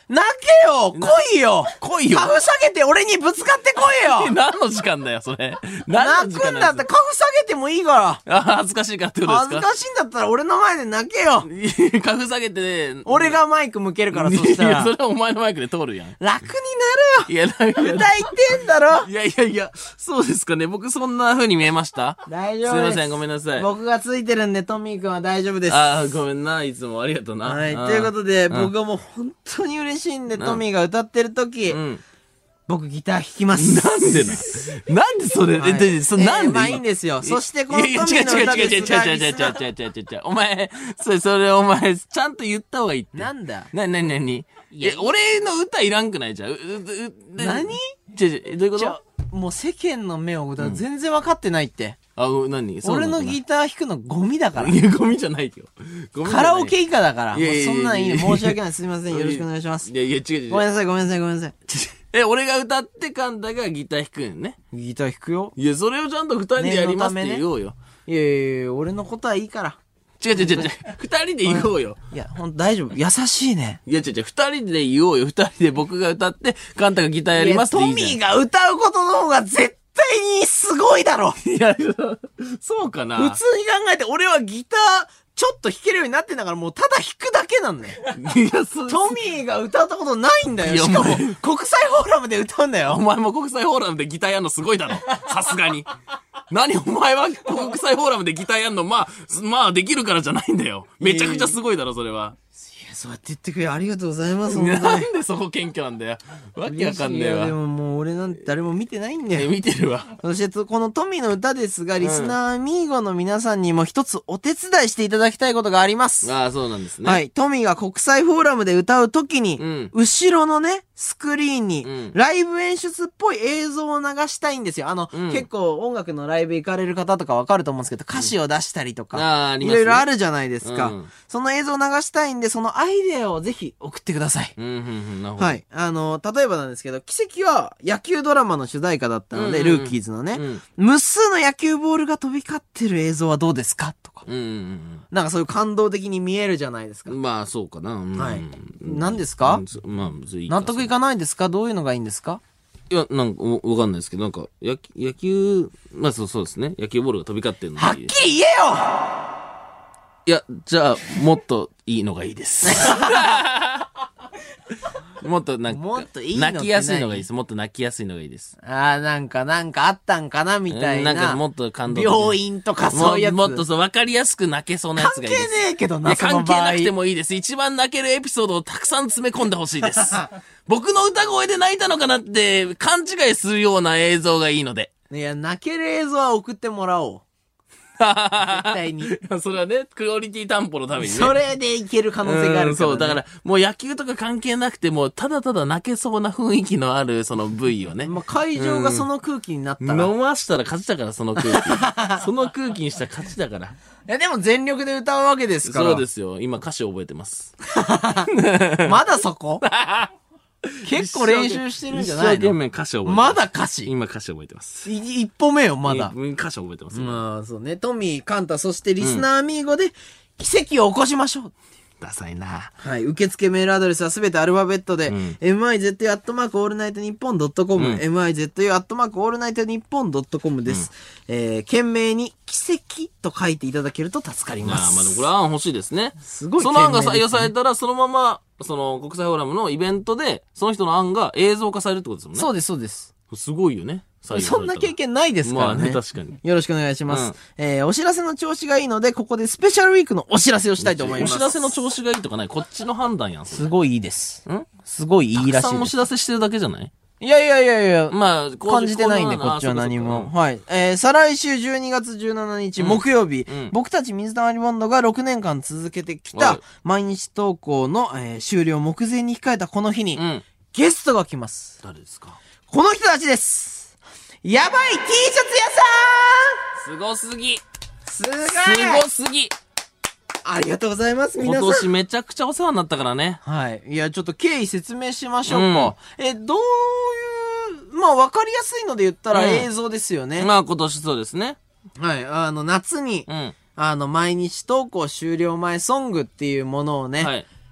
泣けよ来いよ来いよカフ下げて俺にぶつかってこいよ何の時間だよ、それ。何の泣時間くんだったらカフ下げてもいいから。 あ、恥ずかしいからってことですか？ 恥ずかしいんだったら俺の前で泣けよ。 いやカフ下げて、 俺がマイク向けるから、そしたら。 いや、それはお前のマイクで通るやん。 楽にいや、なんか、 なるよ。歌いてんだろ。 いやいやいや、そうですかね。僕そんな風に見えました？ 大丈夫です。 すいません、ごめんなさい。 僕がついてるんで、トミーくんは大丈夫です。 ああ、ごめんな。いつもありがとうな。 はい。 あーということで、 ん僕はもう本当に嬉しいんで、トミーが歌ってる時、 うん。 僕ギター弾きます。 なんでな。なんでそれ、 はいえ、で、そ、なんでえーまあいいんですよ。そしてこのトミいやいやーの歌違う違う違う違うですが、 違う違う違うリスナー違う違う違う違う。お前、それ、それお前、ちゃんと言った方がいいって。 なんだな、な、なにいやえ、俺の歌いらんくないじゃん。う、う、う、で何ちょ、ちょ、どういうこじゃと？ もう世間の目を歌う全然分かってないって。 あ、う何そうな俺のかなギター弾くのゴミだから。 いや、ゴミじゃないよ。ゴミじゃないカラオケ以下だから。もいうやいやいやそんなんいいの。申し訳ない。すみません。よろしくお願いしますい。やいや、違う違う違う。 ごめんなさい、ごめんなさい、ごめんなさい。 え、俺が歌ってカンタがギター弾くんよね。 ギター弾くよ。 いや、それをちゃんと二人でやりますって言おうよ。 いやいやいや、俺のことはいいから。 違う違う違う違う。二人で言おうよ。 いや、ほんと大丈夫。優しいね。 いや違う違う。二人で言おうよ。二人で僕が歌って、カンタがギターやりますっていいじゃん。 トミーが歌うことの方が絶対にすごいだろ。 いや、そうかな。 普通に考えて、俺はギター、ちょっと弾けるようになってんだから、もうただ弾くだけなんだよ。 いや、そトミーが歌ったことないんだよ。 いやしかも、 お前国際フォーラムで歌うんだよ。 お前も国際フォーラムでギターやんのすごいだろ。さすがに。何お前は国際フォーラムでギターやんの、まあ、まあできるからじゃないんだよ。めちゃくちゃすごいだろ、それは。 いや、そうやって言ってくれ、ありがとうございます、本当に。 なんでそこ謙虚なんだよ。わけわかんねえいやでわ。 ももう俺なんて誰も見てないんだえ、 よ。 見てるわ。 そして、このトミーの歌ですが、リスナーアミーゴの皆さんにも一つお手伝いしていただきたいことがあります。 ああ、そうなんですね。 はい。トミーが国際フォーラムで歌うときに、 うん後ろのね、スクリーンに、 うんライブ演出っぽい映像を流したいんですよ。あの、 うん結構音楽のライブ行かれる方とかわかると思うんですけど、歌詞を出したりとか、 ああ、ありますね。 いろいろあるじゃないですか。 うんその映像を流したいんで、そのアイデアをぜひ送ってください。 うん、うん、うん、なるほど。 はい。あの、例えばなんですけど、奇跡は野球ドラマの主題歌だったので、 うんうんうんルーキーズのね、 うん無数の野球ボールが飛び交ってる映像はどうですかとか。 うん、うんなんかそういう感動的に見えるじゃないですか。 うん。まあ、そうかな。うんはいうん何ですかうんそまあ、別にいいか納得いかないですか？どういうのがいいんですか？ いや、なんか、わわかんないですけど、なんか、野球、野球、まあそうそうですね。野球ボールが飛び交ってるのはっいいきり言えよいや、じゃあ、もっといいのがいいです。もっとなんか、 もっといいのって泣きやすいのがいいです。もっと泣きやすいのがいいです。 ああ、なんか、なんかあったんかなみたいな。 うんなんかもっと感動的病院とかそういうやつ。 ももっとそう、わかりやすく泣けそうなやつ関がいいです。 係ねえけどいや、 な、その関係場合。 なくてもいいです。一番泣けるエピソードをたくさん詰め込んでほしいです。僕の歌声で泣いたのかなって勘違いするような映像がいいので。 いや、泣ける映像は送ってもらおう。絶対に。 それはね、クオリティ担保のためにね。 それでいける可能性があるから、ね。 うんそう、だから、もう野球とか関係なくても、ただただ泣けそうな雰囲気のある、その部位をね。 まあ、会場がその空気になったら。い飲ましたら勝ちだから、その空気。その空気にしたら勝ちだから。 や、でも全力で歌うわけですから。 そうですよ。今歌詞覚えてます。 まだそこ結構練習してるんじゃない一生懸の命歌詞覚えてます。 まだ歌詞今歌詞覚えてます。 い一歩目よ、まだ。 うん歌詞覚えてます。 まあ、そうね。トミー、カンタ、そしてリスナーアミーゴで奇跡を起こしましょう。 ダサいな。 はい。受付メールアドレスはすべてアルファベットで、 うんミズアットマークオールナイトニッポンドットコム、 うんミズアットマークオールナイトニッポンドットコムです。えー、懸命に奇跡と書いていただけると助かります。 まあまあでもこれ案欲しいですね。 すごいその案が懸命ですね採用されたら、そのまま、その国際フォーラムのイベントで、その人の案が映像化されるってことですもんね。 そうです、そうです。 すごいよね。採用されたらそんな経験ないですからね。 まあね、確かに。 よろしくお願いします。 うんえー、お知らせの調子がいいので、ここでスペシャルウィークのお知らせをしたいと思います。 お知らせの調子がいいとかないこっちの判断やん。それすごいいいです。 んすごいいいらたくさんお知しいです。 らせしてるだけじゃないいやいやいやいや、 まあ、こう感じてないんで、 こうこっちは何も。 あそうかそうかはい。えー、再来週じゅうにがつじゅうしちにち、 うん木曜日、 うん僕たち水溜りボンドがろくねんかん続けてきたはい、 毎日投稿の、えー終了目前に控えたこの日に、 うん。うん。 ゲストが来ます。 誰ですかこの人たちですやばい T シャツすごすぎ。す屋さんすごいごすぎ。 ありがとうございます、皆今さん。 年めちゃくちゃお世話になったからね。 はい。いや、ちょっと経緯説明しましょうか。え、どういう、まあ、わかりやすいので言ったらうん映像ですよね。 まあ今年そうですね。 はい。あの、夏に、 うん。 あの、毎日投稿終了前ソングっていうものをね、 はい。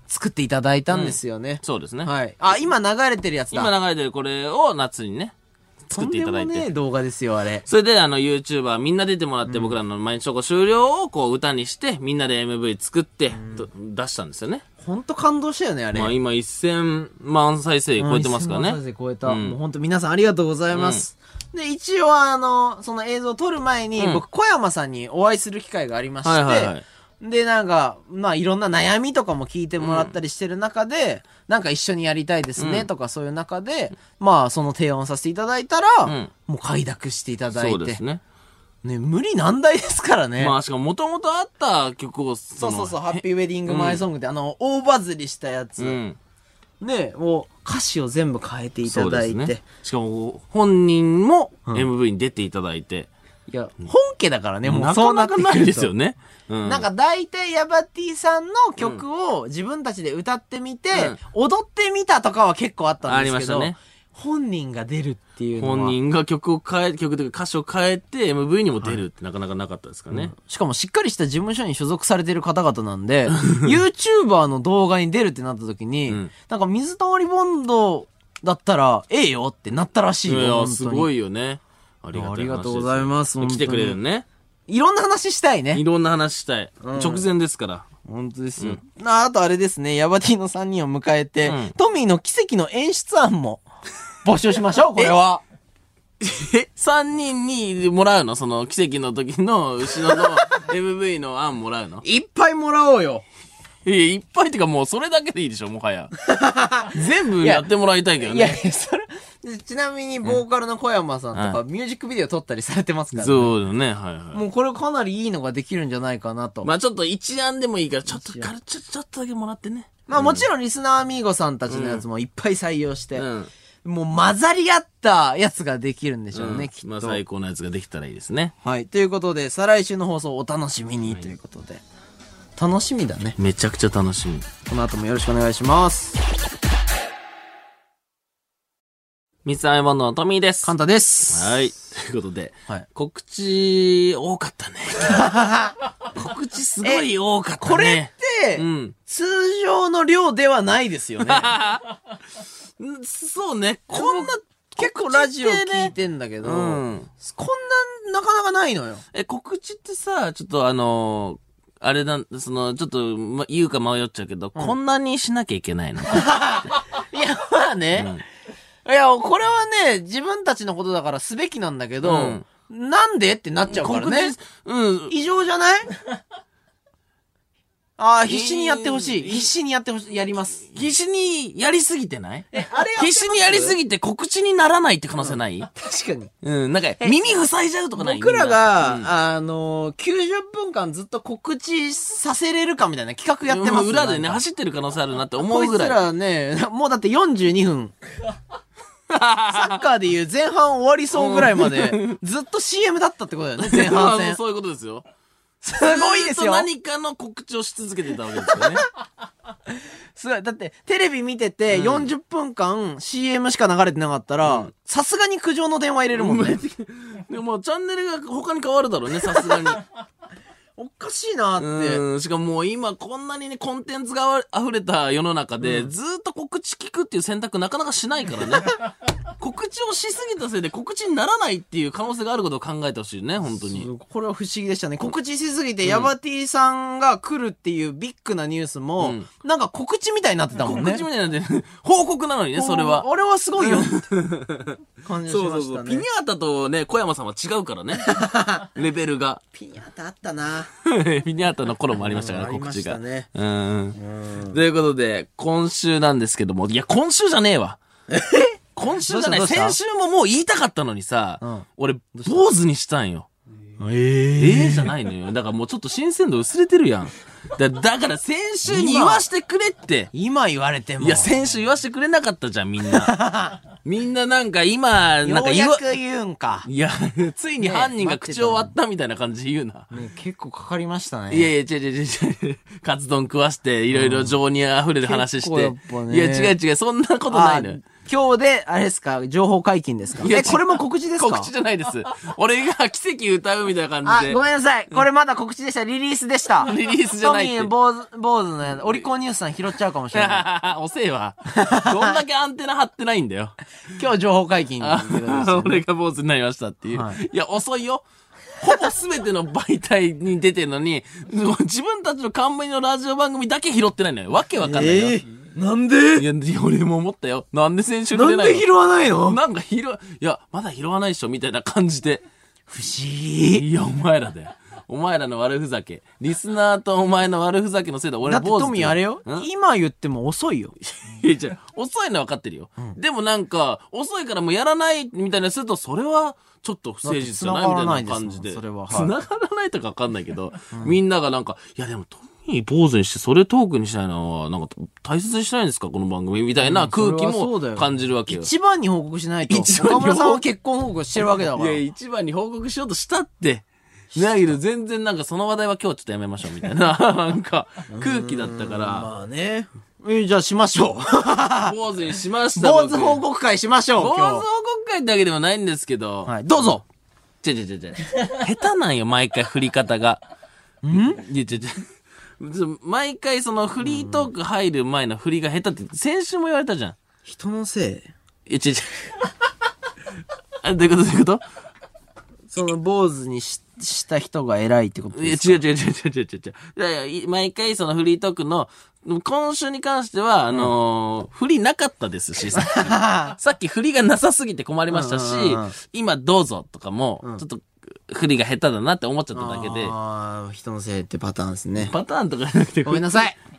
作っていただいたんですよね。うん、 そうですね。 はい。あ、今流れてるやつだ。 今流れてるこれを夏にね、作っていただいて。 とんでもねえ動画ですよ、あれ。 それで、あの、YouTuber みんな出てもらって、うん、僕らの毎日投稿終了をこう歌にして、みんなで エムブイ 作って、うん、出したんですよね。 ほんと感動したよね、あれ。 まあ今せんまん再生超えてますからね。 せんまん再生超えた。うん、もうほんと皆さんありがとうございます。うん、で、一応あの、その映像を撮る前に、うん、僕、小山さんにお会いする機会がありまして、はいはいはい、で、なんか、まあいろんな悩みとかも聞いてもらったりしてる中で、うん、なんか一緒にやりたいですね、とかそういう中で、まあその提案をさせていただいたら、うん、もう快諾していただいて。そうですね。ね、無理難題ですからね。 まあしかも元々あった曲をそうそうそう、ハッピーウェディングマイソングって、うん、あの、大バズりしたやつ。うん、ね、もう歌詞を全部変えていただいて。ね、 しかも本人も エムブイ に出ていただいて。 うん、いや、本家だからね、もうそうなってくると。 なかなかないですよね。うん、 なんか大体ヤバティさんの曲を自分たちで歌ってみて、うん、踊ってみたとかは結構あったんですけど。ありましたね。本人が出るっていうのは。 本人が曲を変え、曲というか歌詞を変えて エムブイ にも出るってなかなかなかったですかね。はい、うん、 しかもしっかりした事務所に所属されてる方々なんで、YouTuber の動画に出るってなった時に、うん、なんか水溜りボンドだったらええよってなったらしいよ。 いや、すごいよね。ありがたい話です。 ありがとうございます。 来てくれるね。 いろんな話したいね。 いろんな話したい。うん、直前ですから。 本当ですよ。うん、あ, あとあれですね、ヤバティのさんにんを迎えて、うん、トミーの奇跡の演出案も募集しましょう、これは。 え、さんにんにもらうの？その奇跡の時の後ろのエムブイ の案もらうの？ いっぱいもらおうよ。 いや、いっぱいってかもうそれだけでいいでしょ、もはや。全部やってもらいたいけどね。 いや、いや、それ、ちなみにボーカルの小山さんとか、ミュージックビデオ撮ったりされてますからね。 そうだね、はいはい。 もうこれかなりいいのができるんじゃないかなと。 まあちょっと一案でもいいから、ちょっと、ちょ、ちょっとだけもらってね。 まあもちろんリスナーアミーゴさんたちのやつもいっぱい採用して、うん、もう混ざり合ったやつができるんでしょうね、うん、きっと。 まあ最高のやつができたらいいですね。 はい。ということで、再来週の放送お楽しみにということで。はい、楽しみだね。 めちゃくちゃ楽しみ。 この後もよろしくお願いします。 三つ編みボンドのトミーです。 カンタです。 はい。ということで、はい、告知多かったね。告知すごい多かったね。 これって、うん、通常の量ではないですよね。 そうね。こんな、 結構ラジオ聞いてんだけど、うん、こんな、なかなかないのよ。 え、告知ってさ、ちょっとあのー、あれだ、その、ちょっと、ま、言うか迷っちゃうけど、うん、こんなにしなきゃいけないの。いや、 まあね。うん、いや、これはね、自分たちのことだからすべきなんだけど、うん、なんでってなっちゃうからね。うん。異常じゃないああ、必死にやってほしい。必死にやってほしい。やります。 必死にやりすぎてない？え、あれ必死にやりすぎて告知にならないって可能性ない？うん、 確かに。 うん、なんか、耳塞いじゃうとかない？ 僕らが、うん、あのー、きゅうじゅっぷんかんずっと告知させれるかみたいな企画やってます。 裏でね、走ってる可能性あるなって思うぐらい。 こいつらね、もうだってよんじゅうにふん。サッカーでいう前半終わりそうぐらいまで、ずっと シーエム だったってことだよね、前半戦。 そういうことですよ。 すごいですよ。 何かの告知をし続けてたわけですよね。 すごい。だって、テレビ見ててよんじゅっぷんかん シーエム しか流れてなかったら、さすがに苦情の電話入れるもんね。 でも、チャンネルが他に変わるだろうね、さすがに。 おかしいなって。 うん。しかももう今こんなにね、コンテンツが溢れた世の中で、うん、ずーっと告知聞くっていう選択なかなかしないからね。告知をしすぎたせいで告知にならないっていう可能性があることを考えてほしいね、本当に。 これは不思議でしたね。告知しすぎて、ヤバティさんが来るっていうビッグなニュースも、うん、なんか告知みたいになってたもんね。 告知みたいになって、報告なのにね、それは。 あれはすごいよ。感じしましたね。そうそうそう。 ピニャータとね、小山さんは違うからね。レベルが。 ピニャータあったな。 ピニャータの頃もありましたから、告知が。 ありましたね。 うん。ということで、今週なんですけども、いや、今週じゃねえわ。え今週じゃない、先週ももう言いたかったのにさ、うん、俺、坊主にしたんよ。えー、えー、じゃないのよ。だからもうちょっと新鮮度薄れてるやん。だ, だから先週に言わしてくれって。 今言われても。 いや、先週言わしてくれなかったじゃん、みんな。みんななんか今、なんか言わ。ようやく言うんか。 いや、ついに犯人が口を割ったみたいな感じで言うな。 ね、結構かかりましたね。 いやいや、違う違う違う違う。カツ丼食わして、いろいろ情に溢れる話して。うん、ね、いや、違う違う、そんなことないのよ。 今日で、あれですか、情報解禁ですか？え、これも告知ですか？ 告知じゃないです。俺が奇跡歌うみたいな感じで。 あ、ごめんなさい。これまだ告知でした。リリースでした。 リリースじゃないって。 トミー、坊主、坊主のやつ、オリコンニュースさん拾っちゃうかもしれない。 遅えわ。どんだけアンテナ張ってないんだよ。 今日情報解禁、ね。 俺が坊主になりましたっていう。はい、いや、遅いよ。ほぼ全ての媒体に出てるのに、自分たちの冠のラジオ番組だけ拾ってないのよ。わけわかんないよ。えーなんでいや、俺も思ったよ。なんで先週出ないの？ なんで拾わないの？ なんか拾、いや、まだ拾わないでしょみたいな感じで。 不思議。 いや、お前らだよ。お前らの悪ふざけ。リスナーとお前の悪ふざけのせいで俺だってトミーあれよ。今言っても遅いよ。 いや、じゃ遅いのは分かってるよ。うん、でもなんか、遅いからもうやらないみたいなすると、それはちょっと不誠実じゃないみたいな感じで。 それは。 繋がらないとか分かんないけど、うん、みんながなんか、いやでもトミー坊主にしてそれトークにしたいのは、なんか大切にしたいんですかこの番組みたいな空気も感じるわけよ。 うん、よ一番に報告しないと。岡村さんは結婚報告してるわけだから。 いや、一番に報告しようとしたって。だけど全然なんかその話題は今日ちょっとやめましょうみたいな、なんか空気だったから。 まあね。え、じゃあしましょう。 坊主にしました。 坊主報告会しましょう。 坊主報告会だけではないんですけど。 はい、どうぞ。 ちょちょちょちょ。下手なんよ、毎回振り方が。 んいやちょちょ。毎回そのフリートーク入る前の振りが下手って先週も言われたじゃん。 人のせい。いやちょちょ。あ、どういうことどういうことその坊主にしした人が偉いってことですか？ いや、違う違う違う違う違う違う。いやいや、毎回そのフリートークの、今週に関しては、あのーうん、振りなかったですし、さっき。さっき振りがなさすぎて困りましたし、うんうんうん、今どうぞとかも、ちょっと、振りが下手だなって思っちゃっただけで。 ああ、人のせいってパターンですね。 パターンとかじゃなくて、 ごめんなさい。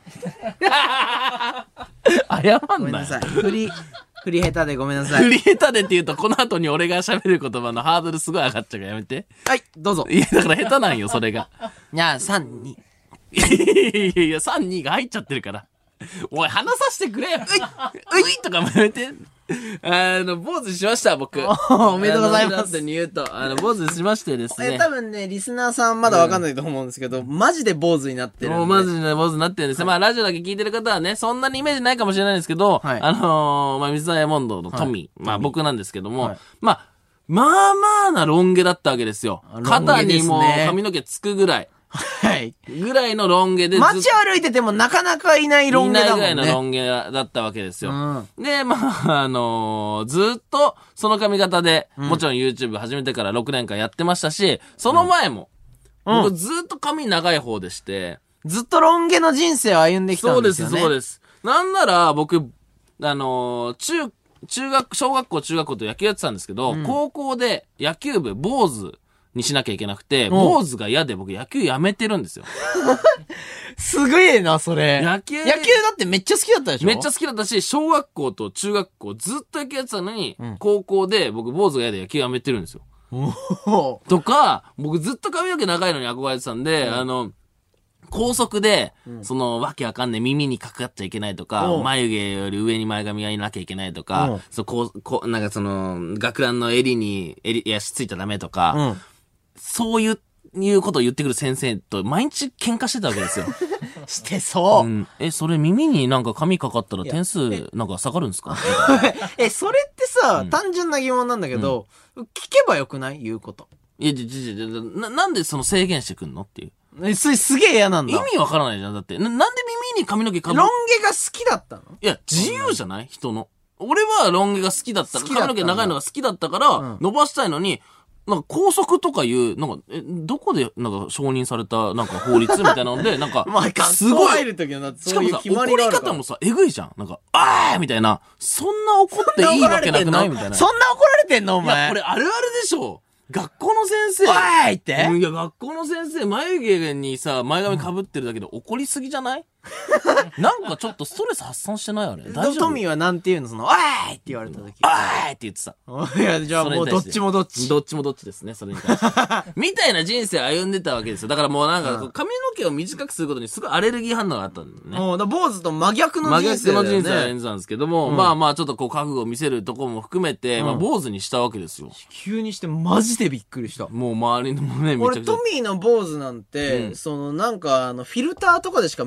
謝んなよ。 ごめんなさい。振り、振り下手でごめんなさい。 振り下手でって言うと、この後に俺が喋る言葉のハードルすごい上がっちゃうからやめて。 はい、どうぞ。 いや、だから下手なんよ、それが。 いや、さん、に。 いやいやいや、さん、にが入っちゃってるから。おい、話させてくれよ。うい、ういとかもやめて。あの、坊主しました、僕。 おめでとうございます。 に言うと、あの、坊主しましてですね。 え、多分ね、リスナーさんまだわかんないと思うんですけど、うん、マジで坊主になってるんで。 もうマジで坊主になってるんです。はい、まあ、ラジオだけ聞いてる方はね、そんなにイメージないかもしれないんですけど、はい、あのー、まあ、水溜りボンドのトミー、はい、まあ、僕なんですけども、はい、まあ、まあまあなロン毛だったわけですよ。肩にもう髪の毛つくぐらい。 はい。 ぐらいのロン毛で。 街歩いててもなかなかいないロン毛だもんね。 いないぐらいのロン毛だったわけですよ。うん、で、まあ、あのー、ずっとその髪型で、うん、もちろん YouTube 始めてからろくねんかんやってましたし、その前も、うん、僕ずっと髪長い方でして、 ずっとロン毛の人生を歩んできたんですよね。 そうです、そうです。なんなら僕、あのー、中、中学、小学校、中学校と野球やってたんですけど、うん、高校で野球部坊主にしなきゃいけなくて、坊主が嫌で僕野球やめてるんですよ。 すげえな、それ。 野球、 野球だってめっちゃ好きだったでしょ？ めっちゃ好きだったし、小学校と中学校ずっと野球やってたのに、うん、高校で僕坊主が嫌で野球やめてるんですよ。とか、僕ずっと髪の毛長いのに憧れてたんで、うん、あの、高速で、うん、その、わけわかんない耳にかかっちゃいけないとか、うん、眉毛より上に前髪がいなきゃいけないとか、うん、そう、こう、こう、なんかその、学ランの襟に、襟、いや、しついちゃダメとか、うん、そういう、いうことを言ってくる先生と毎日喧嘩してたわけですよ。 してそう、うん。 え、それ耳になんか髪かかったら点数なんか下がるんですか？ え、それってさ、うん、単純な疑問なんだけど、うん、聞けばよくない？言うこと。 いや、じゃ、じゃ、じゃ、な、なんでその制限してくんのっていう。 え、それすげえ嫌なんだ。 意味わからないじゃん。だって。な、なんで耳に髪の毛かぶロン毛が好きだったの？ いや、自由じゃない？人の。俺はロン毛が好きだったから、髪の毛長いのが好きだったから、伸ばしたいのに、なんか高速とかいう、なんか、え、どこで、なんか承認された、なんか法律みたいなので、なんか、 すごい。入るときはしかもさ、怒り方もさ、えぐいじゃん。なんか、あーみたいな。そんな怒っていいわけなくないみたいな。 そんな怒られてんのお前。いや、 これあるあるでしょ。学校の先生。 おーいって、 うん、いや、学校の先生、眉毛にさ、前髪被ってるだけで怒りすぎじゃない？なんかちょっとストレス発散してないあれ。大丈夫？ トミーはなんて言うのその、おーいって言われた時。 おーいって言ってた。 いや、じゃあもうどっちもどっち。 どっちもどっちですね、それに関して。みたいな人生歩んでたわけですよ。だからもうなんか、髪の毛を短くすることにすごいアレルギー反応があったんだよね。 もう、だ坊主と真逆の人生だよね。 真逆の人生歩んでたんですけども、うん、まあまあちょっとこう覚悟を見せるところも含めて、うん、まあ坊主にしたわけですよ。 急にしてマジでびっくりした。 もう周りのもね、 めちゃくちゃ。俺トミーの坊主なんて、うん、そのなんかあの、フィルターとかでしか見れないと思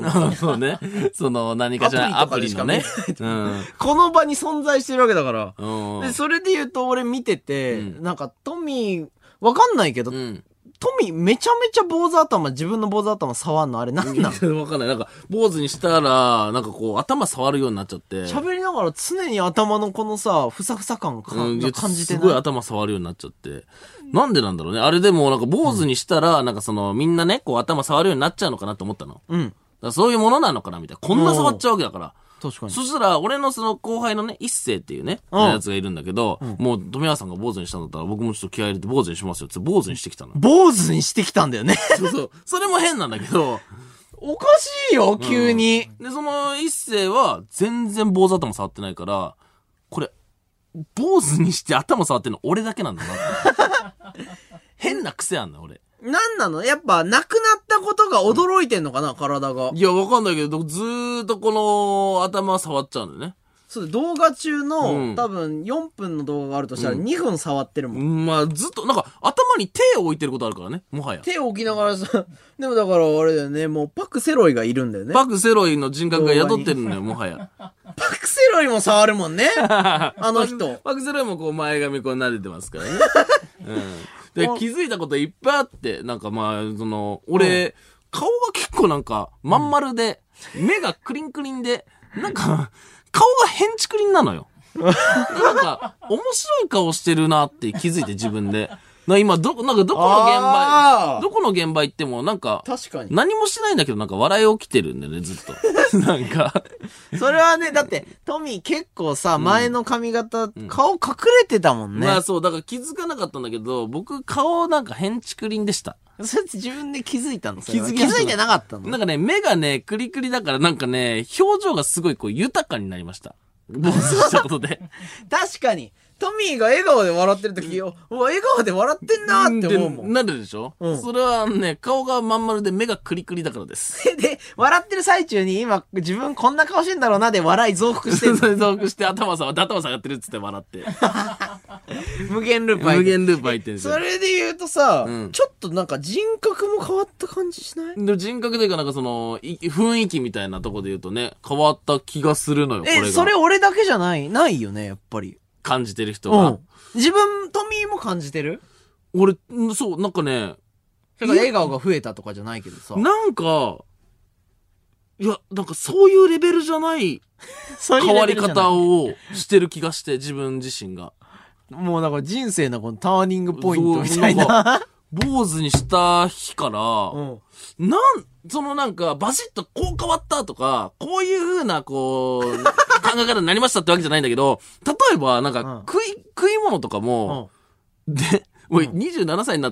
の。 そうね。その何かしらアプリのね。うん。 この場に存在してるわけだから。 うん。 で、それで言うと俺見てて、 うんなんかトミー、わかんないけど、 うんトミーめちゃめちゃ坊主頭、自分の坊主頭触んのあれなんなの？ わかんない。なんか、坊主にしたら、なんかこう、頭触るようになっちゃって。 喋りながら常に頭のこのさ、ふさふさ感か、うん、感じてない。 すごい頭触るようになっちゃって。なんでなんだろうね。あれでもなんか坊主にしたら、うん、なんかその、みんなね、こう頭触るようになっちゃうのかなと思ったの。うん。だからそういうものなのかなみたいな。こんな触っちゃうわけだから。 確かに。 そしたら、俺のその後輩のね、一世っていうね、やつがいるんだけど、うん、もう、富山さんが坊主にしたんだったら、僕もちょっと気合い入れて坊主にしますよって坊主にしてきたの。 坊主にしてきたんだよね。 そうそう。それも変なんだけど、 おかしいよ、急に、 うん。で、その一世は、全然坊主頭触ってないから、これ、坊主にして頭触ってんの俺だけなんだなって。変な癖あんだ、俺。 なんなの？やっぱ、亡くなったことが驚いてんのかな、うん、体が。 いや、わかんないけど、ずーっとこの頭触っちゃうんだよね。 そう、動画中の、うん、多分よんぷんの動画があるとしたらにふん触ってるもん。 うん、まあ、ずっと、なんか、頭に手を置いてることあるからね、もはや。 手を置きながらさ、でもだからあれだよね、もうパクセロイがいるんだよね。 パクセロイの人格が宿ってるんだよ、もはや。 パクセロイも触るもんね。あの人。 パクセロイもこう前髪こう撫でてますからね。うんで、気づいたこといっぱいあって、なんかまあ、その、俺、うん、顔が結構なんか、まん丸で、うん、目がクリンクリンで、なんか、顔が変ちくりんなのよ。なんか、面白い顔してるなって気づいて自分で。な今、ど、なんかどこの現場、どこの現場行ってもなんか、 確かに。 何もしないんだけどなんか笑い起きてるんだよね、ずっと。なんか。 それはね、だって、トミー結構さ、うん、前の髪型、うん、顔隠れてたもんね。 まあそう、だから気づかなかったんだけど、僕顔なんか変ちくりんでした。 それって自分で気づいたの？ 気づ気づいてなかったの？ なんかね、目がね、クリクリだからなんかね、表情がすごいこう豊かになりました。坊主したことで。 確かに。トミーが笑顔で笑ってる時よ、うわ、笑顔で笑ってんなーって思うもん。 なるでしょ、うん、それはね、顔がまん丸で目がクリクリだからです。 で、笑ってる最中に今、自分こんな顔してんだろうなで笑い増幅してる。 増幅して頭さ、頭下がってるっつって笑って。 無限ループ入って。 無限ループ入ってんすよ。 それで言うとさ、うん、ちょっとなんか人格も変わった感じしない？ で人格というかなんかその、雰囲気みたいなとこで言うとね、変わった気がするのよ、これが。 え、それ俺だけじゃない、ないよね、やっぱり。 感じてる人が。うん、 自分、トミーも感じてる？ 俺、そう、なんかね。 だから笑顔が増えたとかじゃないけどさ。 なんか、いや、なんかそういうレベルじゃない変わり方をしてる気がして、自分自身が。 もうなんか人生のこのターニングポイントみたいな。 坊主にした日から、うん、なん、そのなんか、バシッとこう変わったとか、こういう風な、こう、考え方になりましたってわけじゃないんだけど、例えば、なんか、うん、食い、食い物とかも、うん、で、もうにじゅうななさいになって、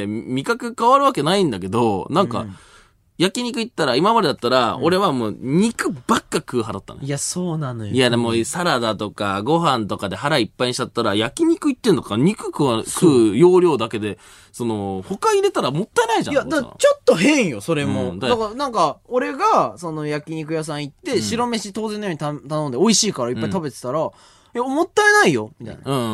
味覚変わるわけないんだけど、なんか、うん焼肉行ったら、今までだったら、俺はもう肉ばっか食う派だったの、 いや、そうなのよ。 いや、でもサラダとかご飯とかで腹いっぱいにしちゃったら、焼肉行ってんのか、肉食う、食う容量だけで、その、他入れたらもったいないじゃん。 いや、だちょっと変よ、それも。うん、だから、なんか、俺が、その焼肉屋さん行って、うん、白飯当然のように頼んで美味しいからいっぱい食べてたら、うん、いや、もったいないよ、みたいな。うん。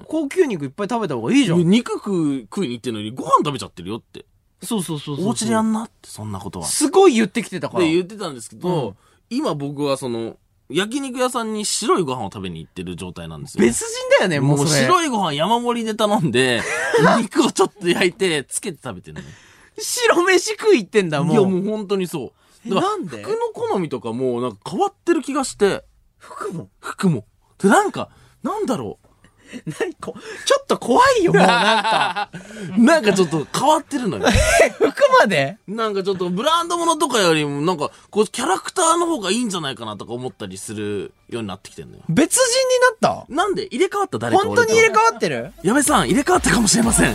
高級肉いっぱい食べた方がいいじゃん。 肉食う、食いに行ってんのにご飯食べちゃってるよって。 そうそうそうそう。 お家でやんなって、そんなことは。 すごい言ってきてたから。 で、言ってたんですけど、うん、今僕はその、焼肉屋さんに白いご飯を食べに行ってる状態なんですよ。 別人だよね、もうそれ。 もう白いご飯山盛りで頼んで、肉をちょっと焼いて、つけて食べてるのね。 白飯食いってんだ、もう。 いや、もう本当にそう。 なんで？ 服の好みとかも、なんか変わってる気がして。 服も服も。で、なんか、なんだろう。 何こ、ちょっと怖いよ、もうなんか。 なんかちょっと変わってるのよ。 服まで？ なんかちょっとブランド物とかよりも、なんか、こう、キャラクターの方がいいんじゃないかなとか思ったりするようになってきてんのよ。 別人になった？ なんで入れ替わった誰か？ 本当に入れ替わってる？ 矢部さん、入れ替わったかもしれません。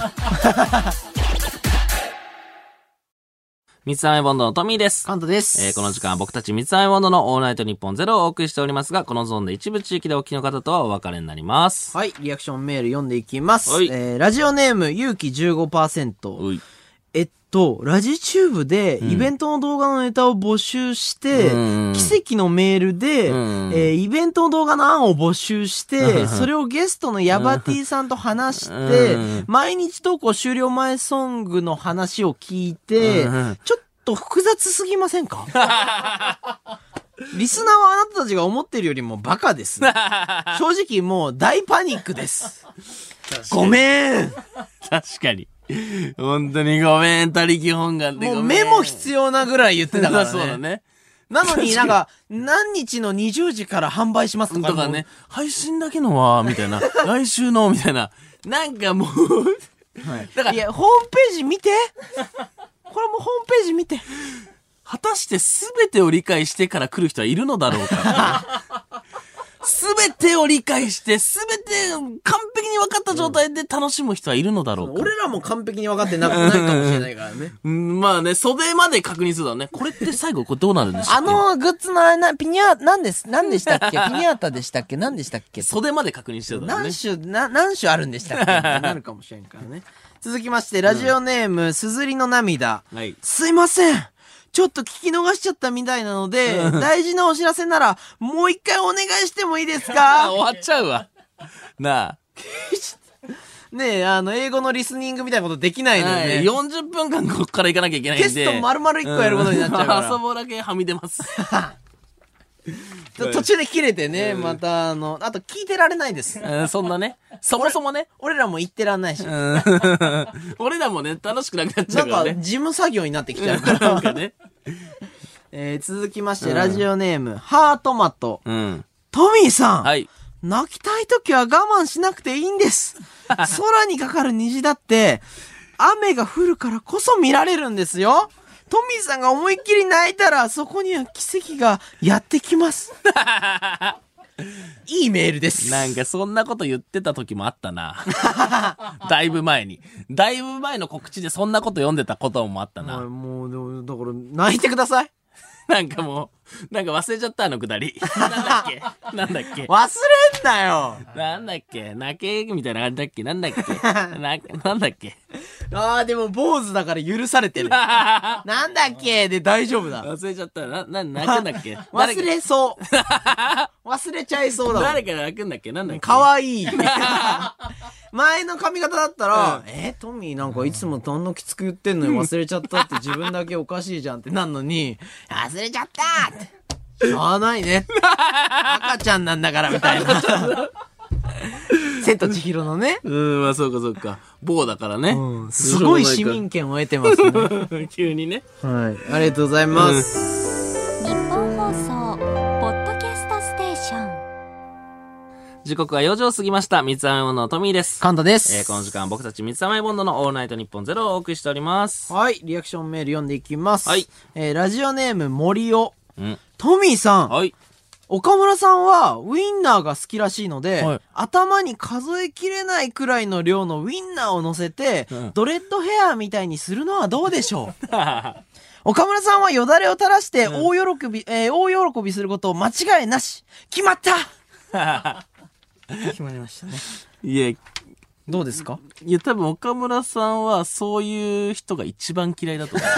三つ編みボンドのトミーです。 カントです。 えー、この時間は僕たち三つ編みボンドのオールナイトニッポンゼロをお送りしておりますが、このゾーンで一部地域でお聞きの方とはお別れになります。 はい、リアクションメール読んでいきます。はい、えー、ラジオネーム、ゆうき じゅうごパーセント。はい。えっと、ラジチューブでイベントの動画のネタを募集して、うん、奇跡のメールで、うん、えー、イベントの動画の案を募集して、うん、それをゲストのヤバティさんと話して、うん、毎日投稿終了前ソングの話を聞いて、うん、ちょっと複雑すぎませんか？リスナーはあなたたちが思ってるよりもバカです。正直もう大パニックです。ごめん。 確かに。本当にごめん、他力本願でごめん。 もうメモ必要なぐらい言ってたからね。 そうだね。 なのになんか、何日のにじゅうじから販売しますとか。 とかね、配信だけのは、みたいな。来週の、みたいな。なんかもう、 はい。だから、いや、ホームページ見て。これもホームページ見て。 果たして全てを理解してから来る人はいるのだろうか。全てを理解して、全て完璧に分かった状態で楽しむ人はいるのだろうか。 俺らも完璧に分かってなくないかもしれないからね。 うん、まあね、袖まで確認するだろうね。これって最後これどうなるんでしょうあのグッズのな、ピニャー、なんです、なんでしたっけピニャータでしたっけなんでしたっけ袖まで確認してるだろうね。 何種、な、何種あるんでしたっけなるかもしれんからね。続きまして、ラジオネーム、すずりの涙。 はい。 すいません。ちょっと聞き逃しちゃったみたいなので、大事なお知らせなら、もう一回お願いしてもいいですか？ 終わっちゃうわ。なあ。 ねえ、あの、英語のリスニングみたいなことできないのよね。はい、 よんじゅっぷんかんこっから行かなきゃいけないんで。 テスト丸々いっこやることになっちゃうから。 遊ぼだけはみ出ます。 途中で切れてね、また、あの、あと聞いてられないです。 うん、そんなね。そもそもね。 俺らも言ってらんないし。 俺らもね、楽しくなくなっちゃうからね。 なんか、事務作業になってきちゃうから。なんかね。えー、続きまして、ラジオネーム、ハートマト。うん。トミーさん。はい。泣きたいときは我慢しなくていいんです。空にかかる虹だって、雨が降るからこそ見られるんですよ。トミーさんが思いっきり泣いたら、そこには奇跡がやってきます。いいメールです。 なんかそんなこと言ってた時もあったな。だいぶ前に。だいぶ前の告知でそんなこと読んでたこともあったな。 もう、でも、だから、泣いてください。 なんかもう、なんか忘れちゃったあのくだり。なんだっけなんだっけ忘れんなよなんだっけ泣けみたいな感じだっけなんだっけな、なんだっけあーでも坊主だから許されてる。なんだっけで大丈夫だ。 忘れちゃった。な、な、泣くんだっけ忘れそう。忘れちゃいそうだもん。 誰か泣くんだっけなんだっけかわいい。前の髪型だったら、うん、えー、トミーなんかいつもどんなきつく言ってんのよ忘れちゃったって自分だけおかしいじゃんってなんのに、忘れちゃったって。しょうがないね。赤ちゃんなんだからみたいな。千と千尋のね。 うん、まあそうかそうか。棒だからね。 うん、すごい市民権を得てますね。 急にね。 はい。ありがとうございます。 うん、日本放送、ポッドキャストステーション。 時刻はよじを過ぎました。三つ編みのトミーです。 カンタです。 えー、この時間僕たち三つ編みボンドのオールナイトニッポンゼロをお送りしております。 はい。リアクションメール読んでいきます。 はい。 えー、ラジオネーム森尾。 うん。 トミーさん。 はい。 岡村さんはウインナーが好きらしいので、はい、頭に数えきれないくらいの量のウインナーを乗せて、うん、ドレッドヘアみたいにするのはどうでしょう岡村さんはよだれを垂らして大喜び、うん、えー、大喜びすることを間違いなし。決まった決まりましたね。 いや、 どうですか？ いや、多分岡村さんはそういう人が一番嫌いだと思う。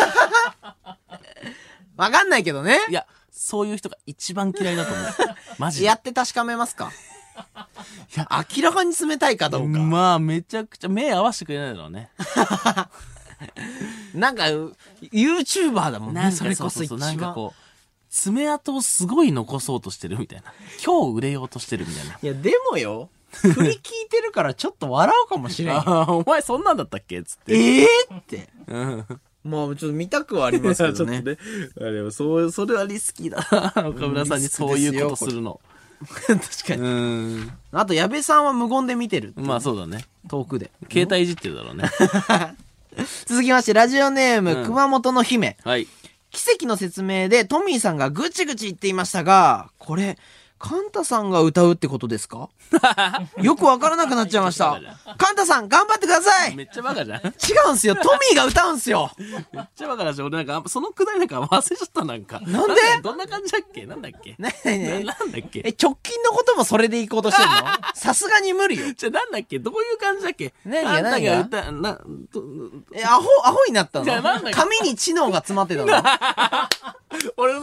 わかんないけどね。 いや、そういう人が一番嫌いだと思う。マジで。 やって確かめますか？いや、明らかに冷たいかどうか。 まあ、めちゃくちゃ目合わせてくれないだろうね。 なんか、YouTuber だもんね。それこそ一番。 なんかこう、爪痕をすごい残そうとしてるみたいな。今日売れようとしてるみたいな。 いや、でもよ。振り聞いてるからちょっと笑うかもしれん。 あ、お前そんなんだったっけつって。 ええー、って。うん。まあ、ちょっと見たくはありますけどね。 ちょっとね。あれは、そう、それはリスキーだな。岡村さんにそういうことするの。 確かに。うん。あと、矢部さんは無言で見てる。 まあそうだね。 遠くで。 携帯いじってるだろうね。 続きまして、ラジオネーム、うん、熊本の姫。 はい。 奇跡の説明でトミーさんがぐちぐち言っていましたが、これ、カンタさんが歌うってことですか？よくわからなくなっちゃいました。カンタさん頑張ってください。 めっちゃバカじゃん。違うんすよ。トミーが歌うんすよ。 めっちゃバカだし、俺なんか、そのくだりなんか忘れちゃったなんか。 なんで？ どんな感じだっけ？なんだっけ？ なになに？ なんだっけ？ え、直近のこともそれで行こうとしてんの？さすがに無理よ。 じゃ、なんだっけ？どういう感じだっけ？ 何が何が歌、な、 え、アホ、アホになったの？ じゃ、なんだっけ？ 髪に知能が詰まってたの？ 俺の脳みそ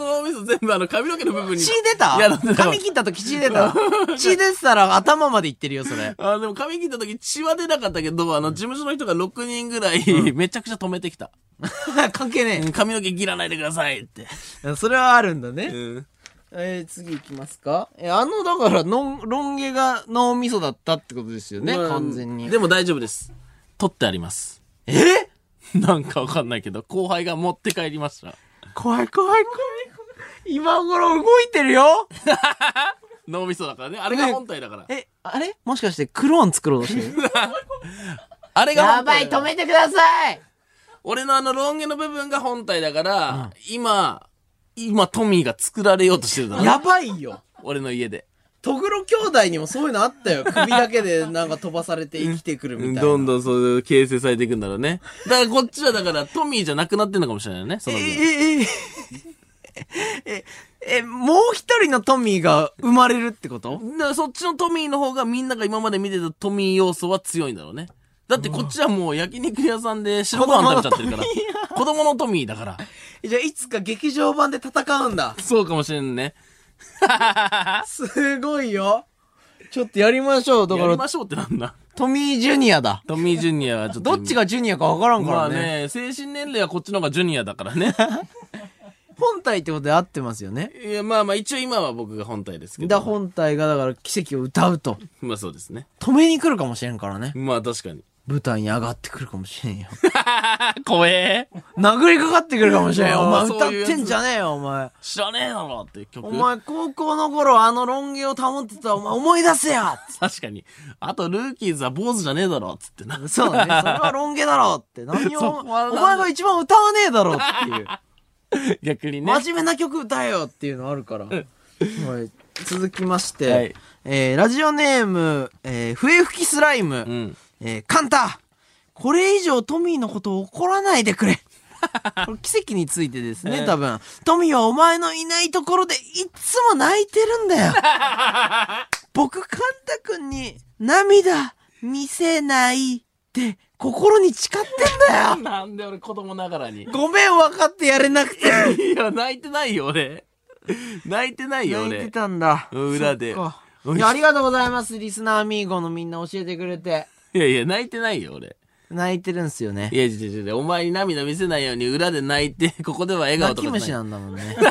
と全部あの髪の毛の部分に。 血出たいや、だって髪切った時血出た血出てたら頭までいってるよ、それ。 あ、でも髪切った時血は出なかったけど、あの、事務所の人がろくにんぐらい、めちゃくちゃ止めてきた。 関係ねうん髪の毛切らないでくださいって。 え。それはあるんだね。 うん。 えー、次行きますか。え、あの、だから、のロン毛が脳みそだったってことですよね、 まあ完全に。 でも大丈夫です。取ってあります。 えなんかわかんないけど、後輩が持って帰りました。 怖い怖い怖い怖い。今頃動いてるよ脳みそだからね。あれが本体だから。 え、あれもしかしてクローン作ろうとしてるあれがや本体だばい、止めてください俺のあのロン毛の部分が本体だから、今、今トミーが作られようとしてるだろ。 やばいよ俺の家で。 トグロ兄弟にもそういうのあったよ。首だけでなんか飛ばされて生きてくるみたいな。 どんどんそういう形成されていくんだろうね。だからこっちはだからトミーじゃなくなってんのかもしれないよね。その分。 え、え、え、え、え、もう一人のトミーが生まれるってことだからそっちのトミーの方がみんなが今まで見てたトミー要素は強いんだろうね。だってこっちはもう焼肉屋さんで白ご飯食べちゃってるから。子供のトミーだから。 じゃあいつか劇場版で戦うんだ。 そうかもしれんね。 すごいよ。ちょっとやりましょう。だから、 やりましょうってなんだ。 トミージュニアだ。 トミージュニアはちょっと。 どっちがジュニアかわからんかまあらね。 ね、精神年齢はこっちの方がジュニアだからね。 本体ってことで合ってますよね。 いや、まあまあ一応今は僕が本体ですけど。 だ本体がだから奇跡を歌うと。 まあそうですね。 止めに来るかもしれんからね。 まあ確かに。 舞台に上がってくるかもしれんよ。 怖え。 殴りかかってくるかもしれんよ。お前あー歌っそういうやつてんじゃねえよ、お前。 知らねえだろって曲。 お前高校の頃あのロン毛を保ってたお前思い出せや確かに。あとルーキーズは坊主じゃねえだろっつってな。 そうだね。それはロン毛だろって。何そを、おこはなんだ前が一番歌わねえだろっていう。 逆にね。 真面目な曲歌えよっていうのあるから。はい、続きまして、 はいえー、ラジオネーム、えー、笛吹きスライム、 うん。 えー、カンタこれ以上トミーのことを怒らないでくれ。これ奇跡についてですね、多分。トミーはお前のいないところでいっつも泣いてるんだよ。僕、カンタ君に涙見せないって心に誓ってんだよ。 なんで俺子供ながらに。 ごめん、分かってやれなくて。 いや、泣いてないよ俺。泣いてないよ俺。 泣いてたんだ。 裏で。 そっかいやありがとうございます。リスナーアミーゴのみんな教えてくれて。 いやいや、泣いてないよ俺。 泣いてるんすよねい。や、違う違う違う、お前に涙見せないように裏で泣いて、ここでは笑顔とかじゃない。 泣き虫なんだもんね。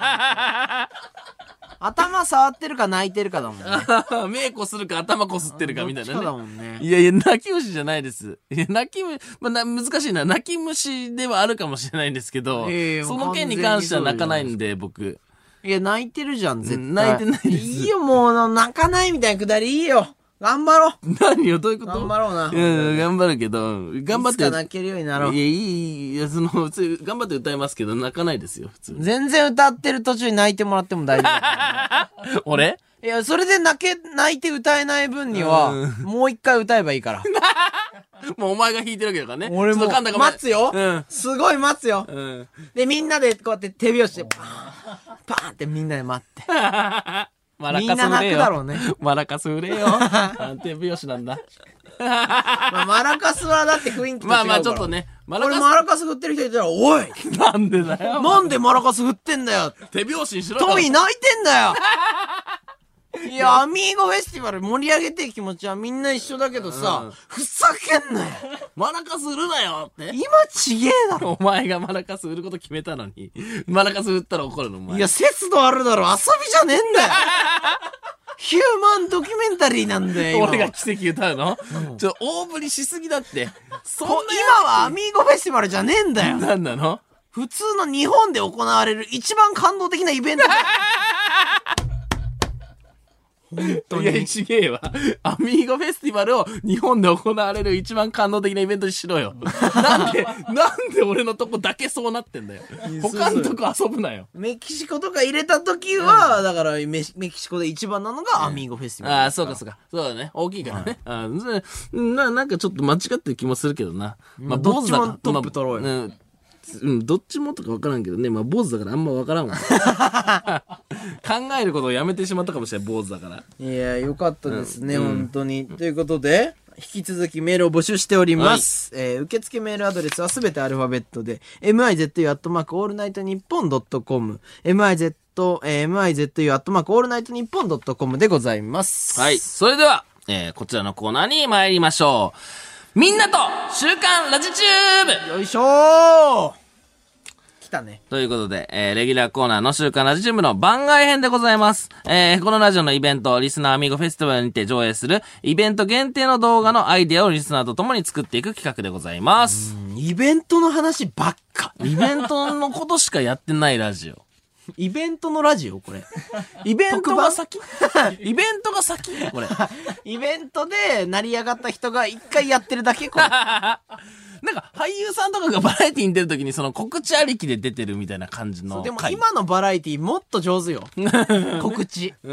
頭触ってるか泣いてるかだもんね。 目こするか頭こすってるかみたいどっちかだなね。 もんね。 いやいや、泣き虫じゃないです。いや、泣き虫、まあ、な、難しいな。泣き虫ではあるかもしれないんですけど、 いやいやその件に関しては泣かないんで、僕。 いや、泣いてるじゃん、絶対。 泣いてないですいいよ、もう、泣かないみたいなくだりいいよ。頑張ろう。 何よ、どういうこと頑張ろうな。 うん、頑張るけど、頑張って。 いつか泣けるようになろういや、いい、いや、その、普通、頑張って歌いますけど、泣かないですよ、普通。 全然歌ってる途中に泣いてもらっても大丈夫だからね。 俺いや、それで泣け、泣いて歌えない分には、もう一回歌えばいいから。 もうお前が弾いてるわけだからね。 俺もちょっと噛んだかも待つよ。 うん。 すごい待つよ。 うん。 で、みんなでこうやって手拍子で、パーン、パーンってみんなで待って。 マラみんな泣くだろうね。 マラカス売れよ。安定拍子なんだ。 まあ、マラカスはだって雰囲気と違うから。 まあまあちょっとね。マ俺マラカス振ってる人いたら、おいなんでだよ。 なんでマラカス振ってんだよ手拍子にしろよ。 トミー泣いてんだよいや、アミーゴフェスティバル盛り上げてる気持ちはみんな一緒だけどさ、 うんふざけんなよマラカス売るなよって。 今ちげえだろお前がマラカス売ること決めたのに、マラカス売ったら怒るのお前。 いや、節度あるだろ遊びじゃねえんだよヒューマンドキュメンタリーなんだよ、今。 俺が奇跡歌うの、うん、ちょ、大振りしすぎだって。そんな今はアミーゴフェスティバルじゃねえんだよ。 なんなの普通の日本で行われる一番感動的なイベントだよ。本当に。 いや、ちげえわ。アミーゴフェスティバルを日本で行われる一番感動的なイベントにしろよ。なんで、なんで俺のとこだけそうなってんだよ。他のとこ遊ぶなよ。 メキシコとか入れた時は、うん、だからメ、メキシコで一番なのがアミーゴフェスティバル。 ああ、そうかそうか。そうだね。大きいからね。はい、あななんかちょっと間違ってる気もするけどな。まあ、坊主だから。 どっちもトップ取ろうよ。 まあうんうん、どっちもとか分からんけどね。まあ、坊主だからあんま分からんわ。考えることをやめてしまったかもしれない、坊主だから。 いや、よかったですね、 うん、 本当に。ということで、 引き続きメールを募集しております。はい、えー、受付メールアドレスはすべてアルファベットで、ミズアットマークオールナイトニッポンドットコム、ミズ、えー、ミズアットマークオールナイトニッポンドットコムでございます。 はい。それでは、えー、こちらのコーナーに参りましょう。みんなと週刊ラジチューブ、 よいしょー、来たね。 ということで、えー、レギュラーコーナーの週刊ラジチューブの番外編でございます。えー、このラジオのイベント、リスナーアミーゴフェスティバルにて上映するイベント限定の動画のアイデアをリスナーと共に作っていく企画でございます。 イベントの話ばっか。 イベントのことしかやってないラジオ。 イベントのラジオこれ。 イベントが先イベントが先これ。 イベントで成り上がった人が一回やってるだけこれ。 なんか俳優さんとかがバラエティに出るときにその告知ありきで出てるみたいな感じの。 でも今のバラエティもっと上手よ。告知。 うん。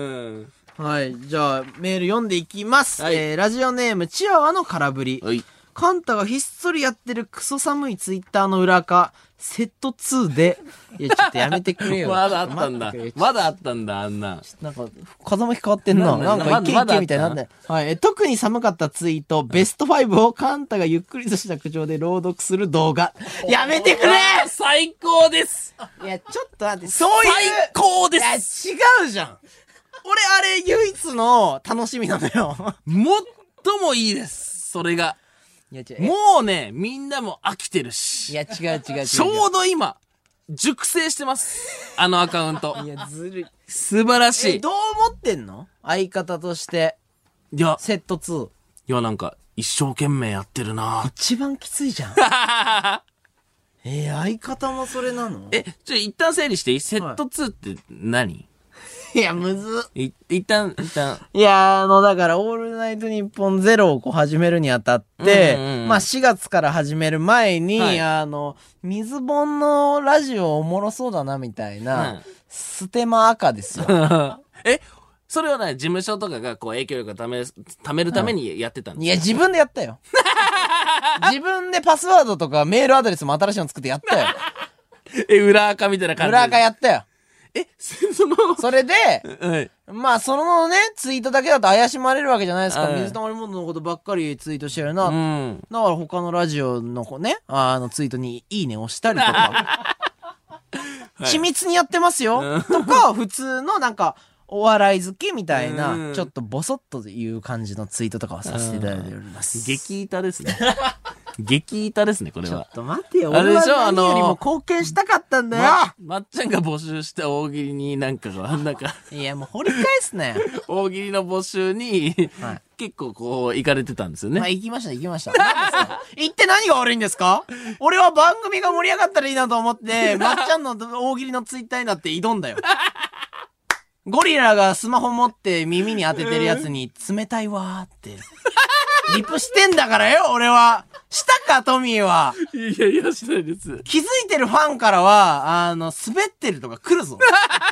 はい。じゃあメール読んでいきます。 はい、 えー、ラジオネームチワワの空振り。 はい。 カンタがひっそりやってるクソ寒いツイッターの裏垢、セットツーで、いや、ちょっとやめてくれよ。 まだあったんだ。まだあったんだ、あんな。 なんか、風向き変わってんな。なんか、いけいけみたいになって。はい。え、特に寒かったツイート、ベストファイブをカンタがゆっくりとした口調で朗読する動画。やめてくれ最高です。 いや、ちょっと待って、そういう。 最高です。 いや、違うじゃん。俺、あれ、唯一の楽しみなのよ。 もっともいいです。それが。 いや違うもうね、みんなも飽きてるし。 いや、違う違う違う。 ちょうど今、熟成してます。あのアカウント。 いや、ずるい。 素晴らしい。 え、どう思ってんの？相方として。 いや、 セットツー。 いや、なんか、一生懸命やってるな。 一番きついじゃん。えー、相方もそれなの？ え、ちょ、一旦整理していい？セットツーって何？ いや、むずい、一旦、一旦。 いや、あの、だから、オールナイトニッポンゼロをこう始めるにあたって、うんうんうん、まあしがつから始める前に、はい、あの、水本のラジオおもろそうだな、みたいな、うん、ステマ赤ですよ。 え、それはね、事務所とかがこう影響力をため、貯めるためにやってたんですか？うん、 いや、自分でやったよ。自分でパスワードとかメールアドレスも新しいの作ってやったよ。 え、裏垢みたいな感じで。 裏垢やったよ。 え、その、 それで、はい、まあ、そのね、ツイートだけだと怪しまれるわけじゃないですか。はい、水溜りボンドのことばっかりツイートしてるな。うん、だから他のラジオのね、あのツイートにいいね押したりとか。はい、緻密にやってますよ。とか、普通のなんか、お笑い好きみたいな、ちょっとボソッという感じのツイートとかをさせていただいております。 激イタですね。激イタですね、これは。 ちょっと待ってよ。俺は何よりも貢献したかったんだよ。 ま、まっちゃんが募集した大喜利になんかが、なんか。 いや、もう掘り返すね。 大喜利の募集に、はい、結構こう、行かれてたんですよね。 まあ、行きました、行きました。何ですか？行って何が悪いんですか？俺は番組が盛り上がったらいいなと思って、まっちゃんの大喜利のツイッターになって挑んだよ。ゴリラがスマホ持って耳に当ててるやつに、冷たいわーって。リプしてんだからよ、俺は。したか、トミーは。 いやいや、しないです。 気づいてるファンからは、あの、滑ってるとか来るぞ。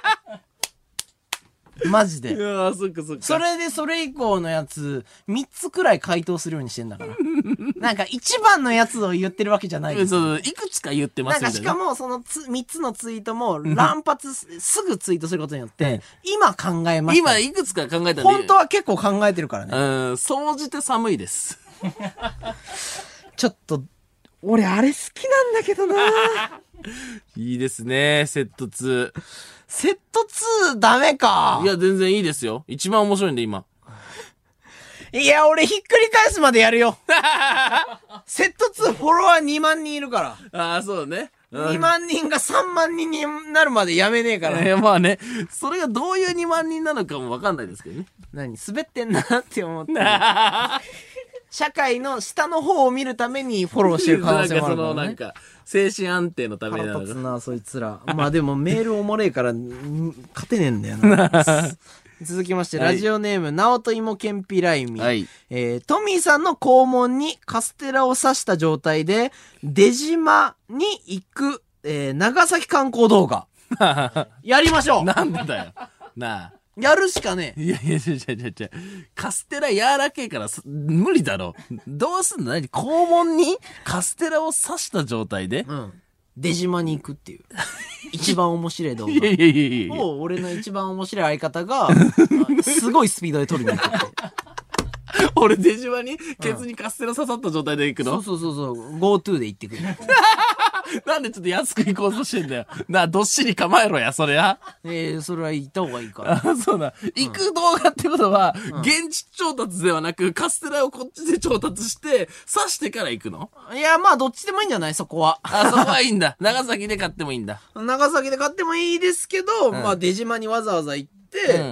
マジで。 いやー、そっかそっか。 それでそれ以降のやつ、みっつくらい回答するようにしてんだから。なんか一番のやつを言ってるわけじゃないです。 そう、いくつか言ってますよね。なんかしかも、そのつみっつのツイートも乱発すぐツイートすることによって、今考えました。 今いくつか考えたんで。 本当は結構考えてるからね。 うん、総じて寒いです。 ちょっと、俺あれ好きなんだけどな。 いいですね、セットツー。 セットツーダメか。 いや、全然いいですよ。一番面白いんで、今。 いや、俺ひっくり返すまでやるよ。セットツーフォロワーにまんにんいるから。 ああ、そうね。 にまんにんがさんまんにんになるまでやめねえから。 いや、まあね。それがどういうにまんにんなのかもわかんないですけどね。 何滑ってんなって思って。社会の下の方を見るためにフォローしてる可能性もあるからね。 なんかそのなんか、精神安定のためになのか。腹立つな、そいつら。まあでもメールおもれえから、勝てねえんだよな。続きまして、はい、ラジオネーム、なおといもけんぴらいみ。はい、えー、トミーさんの肛門にカステラを刺した状態で、出島に行く、えー、長崎観光動画。やりましょう。 なんだよ。なあ。 やるしかねえ。 いやいや、ちゃちゃちゃカステラ柔らけえから無理だろ。どうすんの？何？肛門にカステラを刺した状態で、 うん、出島に行くっていう。一番面白い動画。 いやいやいやいや。 を俺の一番面白い相方が、すごいスピードで撮りに行くって。 俺、出島にケツにカステラ刺さった状態で行くの、 そうそうそうそう、GoTo で行ってくる。 なんでちょっと安く行こうとしてんだよ。なあ、どっしり構えろや、それや。 ええー、それは行った方がいいから。 あ、そうだ。行く動画ってことは、うん、現地調達ではなく、カステラをこっちで調達して、刺してから行くの？ いや、まあ、どっちでもいいんじゃないそこは。 あ、そこはいいんだ。長崎で買ってもいいんだ。 長崎で買ってもいいですけど、うん、まあ、出島にわざわざ行って、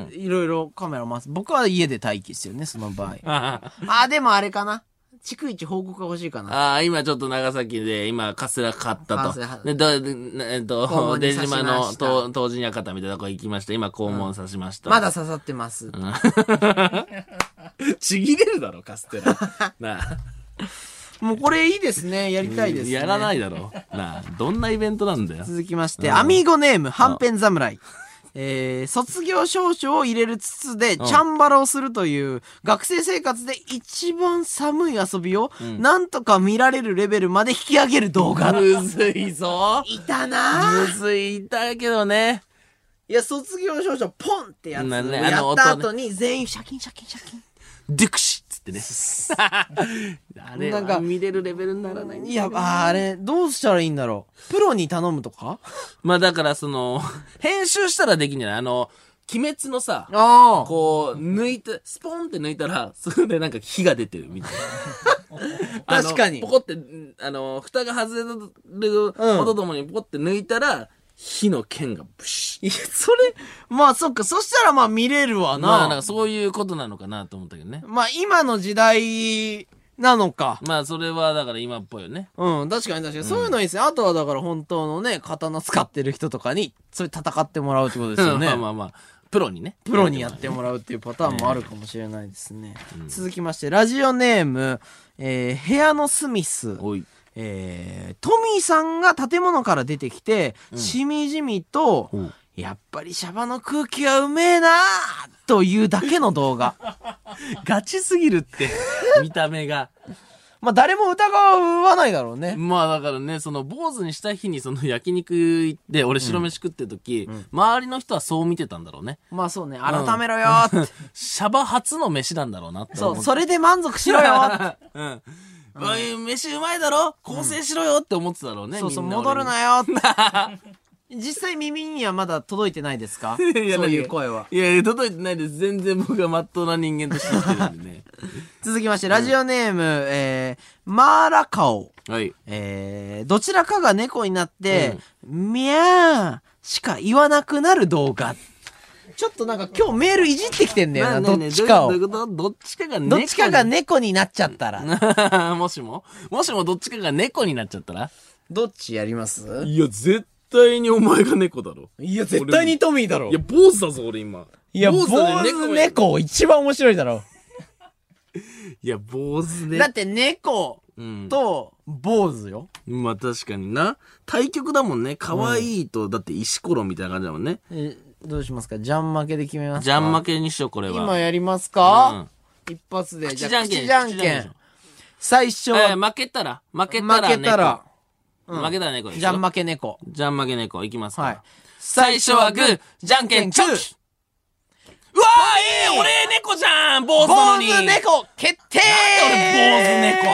いろいろカメラ回す。僕は家で待機ですよね、その場合。あ、でもあれかな。逐一報告が欲しいかな。 ああ、今ちょっと長崎で、今、カステラ買ったと。で、ど、えっと、出島の東寺館みたいなとこ行きました。今、肛門刺しました。 うん、まだ刺さってます。うん、 ちぎれるだろ、カステラ。なあ。 もうこれいいですね。やりたいですね。 やらないだろ。なあ。どんなイベントなんだよ。 続きまして、うん、アミーゴネーム、はんぺん侍。えー、卒業証書を入れる筒でチャンバラをするという学生生活で一番寒い遊びをなんとか見られるレベルまで引き上げる動画。 むずいぞ。 いたなむずい、いたけどね。 いや、卒業証書ポンってやつをやった後に全員シャキンシャキンシャキン。 デュクシッつってね。あれは見れるレベルにならないんだ。 いや、あ, あれ、どうしたらいいんだろう。プロに頼むとか？ まあだからその、編集したらできんじゃない？あの、鬼滅のさ、 あこう、抜いて、スポンって抜いたら、それでなんか火が出てるみたいな。確かに。 ポコって、あの、蓋が外れることともにポコって抜いたら、火の剣がブシッ。 いや、それ、まあそっか、そしたらまあ見れるわな。 まあなんかそういうことなのかなと思ったけどね。 まあ今の時代なのか。 まあそれはだから今っぽいよね。 うん、確かに確かに。そういうのいいですね。うん、あとはだから本当のね、刀使ってる人とかに、それ戦ってもらうってことですよね。 まあまあまあ。プロにね。 プロにやってもらうっていうパターンもあるかもしれないですね。うん、続きまして、ラジオネーム、えー、部屋のスミス。 おい。 えー、トミーさんが建物から出てきて、うん、しみじみと、うん、やっぱりシャバの空気はうめえなというだけの動画。 ガチすぎるって、見た目が。 まあ誰も疑わないだろうね。 まあだからね、その坊主にした日にその焼肉行って、俺白飯食ってる時、うん、周りの人はそう見てたんだろうね。 まあそうね、改めろよーって、うん。 シャバ初の飯なんだろうなって思う。そう、それで満足しろよーって。うんうん、飯うまいだろ構成しろよって思ってただろうね、 うん、そうそう、戻るなよって。実際耳にはまだ届いてないですか？いやそういう声は。 いやいや、届いてないです。全然僕は真っ当な人間として生きてるんでね。 続きまして、ラジオネーム、うん、えー、マーラカオ。 はい。 えー、どちらかが猫になって、うん、ミャーしか言わなくなる動画。ちょっとなんか今日メールいじってきてんだよな、どっちかを。 どういうこと？どっちかが猫に。どっちかが猫になっちゃったら。 もしももしもどっちかが猫になっちゃったらどっちやります？ いや、絶対にお前が猫だろ。 いや、絶対にトミーだろ。 いや、坊主だぞ、俺今。 いや、坊主猫、猫一番面白いだろ。 いや、坊主ね。 だって猫と坊主よ。 うん、まあ確かにな。対極だもんね。可愛いと、うん、だって石ころみたいな感じだもんね。 えどうしますか？ジャン負けで決めますか？ ジャン負けにしよう、これは。 今やりますか？うん、一発で。 じゃあ、口じゃんけん。最初は、 えー、負けたら、負けたら、 負けたら、 うん、負けたら猫でしょ。 じゃん負け猫。 じゃん負け猫。いきますか。はい。 最初はグー、 じゃんけんチョキ。うわー、ええー、俺猫じゃん、坊主なのに。 坊主猫、決定。 なんで俺坊主猫って。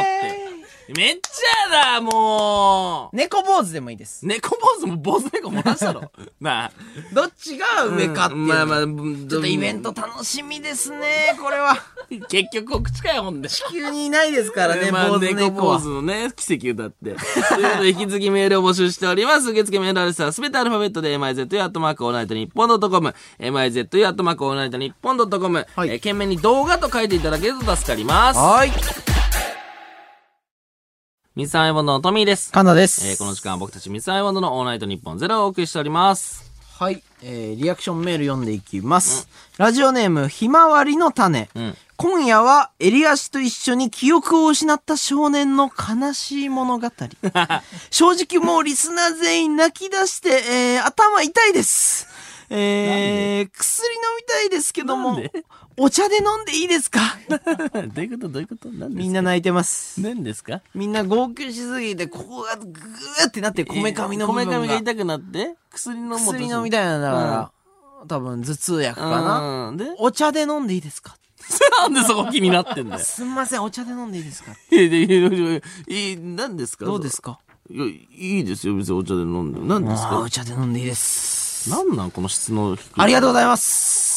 めっちゃだ、もう。 猫坊主でもいいです。 猫坊主も坊主猫も同じだろ。なあ。 どっちが上かっていう、うん。まあまあ、ちょっとイベント楽しみですね、これは。 結局告知かよ、ほんで。 地球にいないですからね、 まあ、 坊主猫は。 猫坊主のね、奇跡歌って。ということで、引き続きメールを募集しております。受付メールアドレスはすべてアルファベットで エムアイゼットユー アットマークオールナイトニッポンドットコム エムアイゼットユー アットマークオールナイトニッポンドットコム、はい、えー、懸命に動画と書いていただけると助かります。 はい。 水溜りボンドのトミーです。 カンナです。 えー、この時間は僕たち水溜りボンドのオールナイトニッポンゼロをお送りしております。 はい。えー、リアクションメール読んでいきます。うん、ラジオネーム、ひまわりの種。うん、今夜は、襟足と一緒に記憶を失った少年の悲しい物語。正直もうリスナー全員泣き出して、えー、頭痛いです。えー、薬飲みたいですけども、お茶で飲んでいいですか？ どういうことどういうことなんですか？ みんな泣いてます。 何ですか？ みんな号泣しすぎて、ここがグーってなって、こめかみの部分が。 こめかみが痛くなって、薬飲もうと薬飲みたいなんだから、うん、多分頭痛薬かな。でお茶で飲んでいいですか？ なんでそこ気になってんだよ。 すんません、お茶で飲んでいいですか？ いやいやいやいやいい、何ですか？ どうですか？ いや、いいですよ、別にお茶で飲んで。何ですか？ あーお茶で飲んでいいです。 なんなんこの質の低い。 ありがとうございます。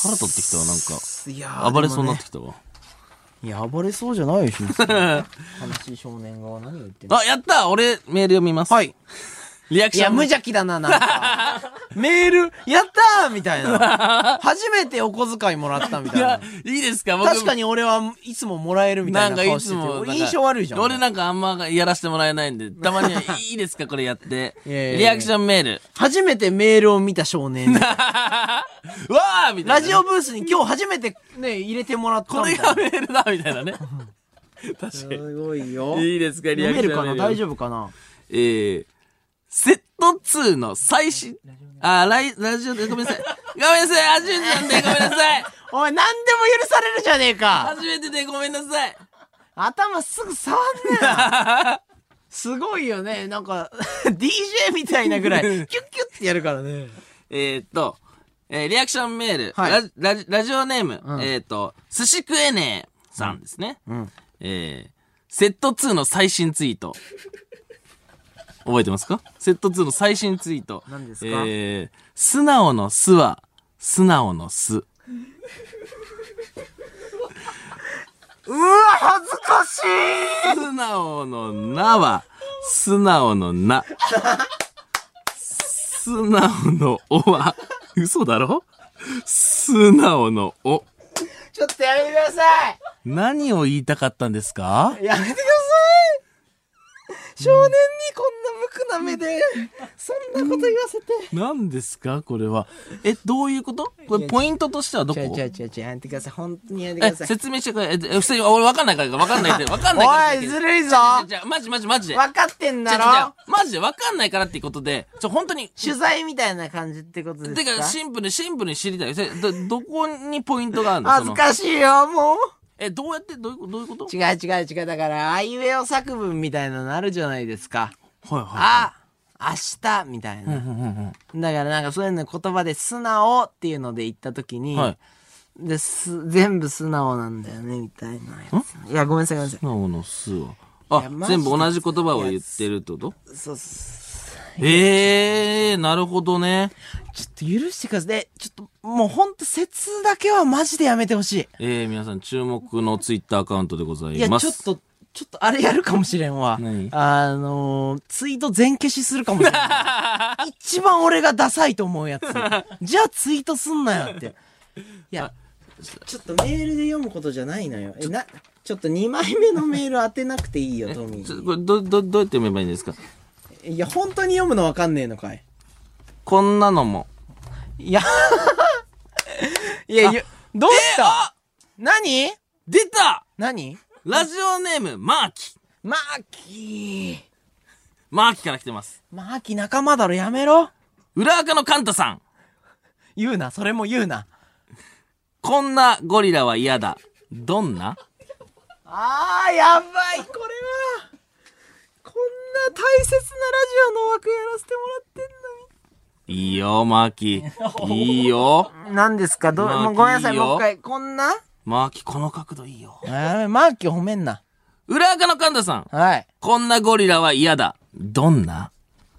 腹立ってきたわ、なんか。 いやー暴れそうになってきたわ。 いや、暴れそうじゃないでしょ。悲しい少年側何を言ってんの？ あ、やった俺、メール読みます。 はい。 リアクション。 いや、無邪気だな、なんか。メール、やったーみたいな。初めてお小遣いもらったみたいな。 いや、いいですか？僕確かに俺はいつももらえるみたいな顔してて。 なんかいつも俺印象悪いじゃん。 俺なんかあんまやらせてもらえないんで、たまにいいですかこれやって。 いやいやいやリアクションメール。 初めてメールを見た少年。 うわーみたいな。 ラジオブースに今日初めてね、入れてもらったこれみたいな。 がメールだみたいなね。確かに。 すごいよ。 いいですかリアクションメール。 読めるかな？大丈夫かな？ えー、セットツーの最新、あ、ライ、ラジオでごめんなさい。ごめんなさい、初めてなんでごめんなさい。 おい、何でも許されるじゃねえか。 初めてでごめんなさい。 頭すぐ触んねえ。すごいよね。なんか、ディージェー みたいなぐらい、キュッキュッってやるからね。 えーっと、えー、リアクションメール、 はいラジラジラジオネーム、 うんえーっと、寿司食えねえさんですね。 うん。 えー、セットツーの最新ツイート。覚えてますか？セットツーの最新ツイート。 何ですか？ えー、素直の素は、素直の素。 うわ、恥ずかしい。 素直のなは、素直のな。素直のおは、嘘だろ？素直のお。 ちょっとやめてくださ何を言いたかったんですか？ い。やめてください。少年にこんな無垢な目で、そんなこと言わせて。 何ですかこれは。え、どういうことこれポイントとしてはどこ？ 違う違う違う違う、やめてください。本当にやめてくえ、 ださい。 説明してくれ。え、え普通に、俺わかんないから、わかんないって、わかんないからって。 おい、ずるいぞ。 じゃマジマジマジで。 分かってんだじゃじゃろ。 マジでわかんないからっていうことで、ちょ、本当に。 取材みたいな感じってことですか？ てか、シンプルに、シンプルに知りたい。せど、どこにポイントがあるの？ 恥ずかしいよ、もう。 え、どうやって、どういう、どういうこと？ 違う違う違う。だから、あいうえお作文みたいなのあるじゃないですか。 はいはい。 あ、明日、みたいな。 うんうんうんだからなんかそういうの言葉で素直っていうので言ったときに、 はいで、す、全部素直なんだよね、みたいなやつ。いや、ごめんなさい、ごめんなさ素直の素は。あいや、マジで全部同じ言葉を言ってるってこと？ い。そうっす。 ええー、なるほどね。 ちょっと許してください。で、ちょっと、もうほんと説だけはマジでやめてほしえー、皆さん注目のツイッターアカウントでござい。いや、 います。 ちょっと、ちょっとあれやるかもしれんわ。 何あのー、ツイート全消しするかもしれない。一番俺がダサいと思うやつ。じゃあツイートすんなよって。いや、ちょっとメールで読むことじゃないのよ。え、な、ちょっとにまいめのメール当てなくていいよ、トミー。 ちょこれど、ど、どうやって読めばいいんですか？ いや、本当に読むのわかんねえのかい。 こんなのも。 いや、いや、いや、どうした何出た何ラジオネーム、マーキ。 マーキー。 マーキから来てます。 マーキー仲間だろ、やめろ。 裏垢のカンタさん。 言うな、それも言うな。 こんなゴリラは嫌だ。どんな？ あー、やばい、これは。こんな大切なラジオの枠やらせてもらってんのに。 いいよ、マーキ。いいよ。 何ですかどう、 マーキーもうごめんなさい、 いいよもう一回。こんなマーキ、この角度いいよ。 やべ、マーキー褒めんな。 裏垢のカンタさん。 はい。 こんなゴリラは嫌だ。どんな？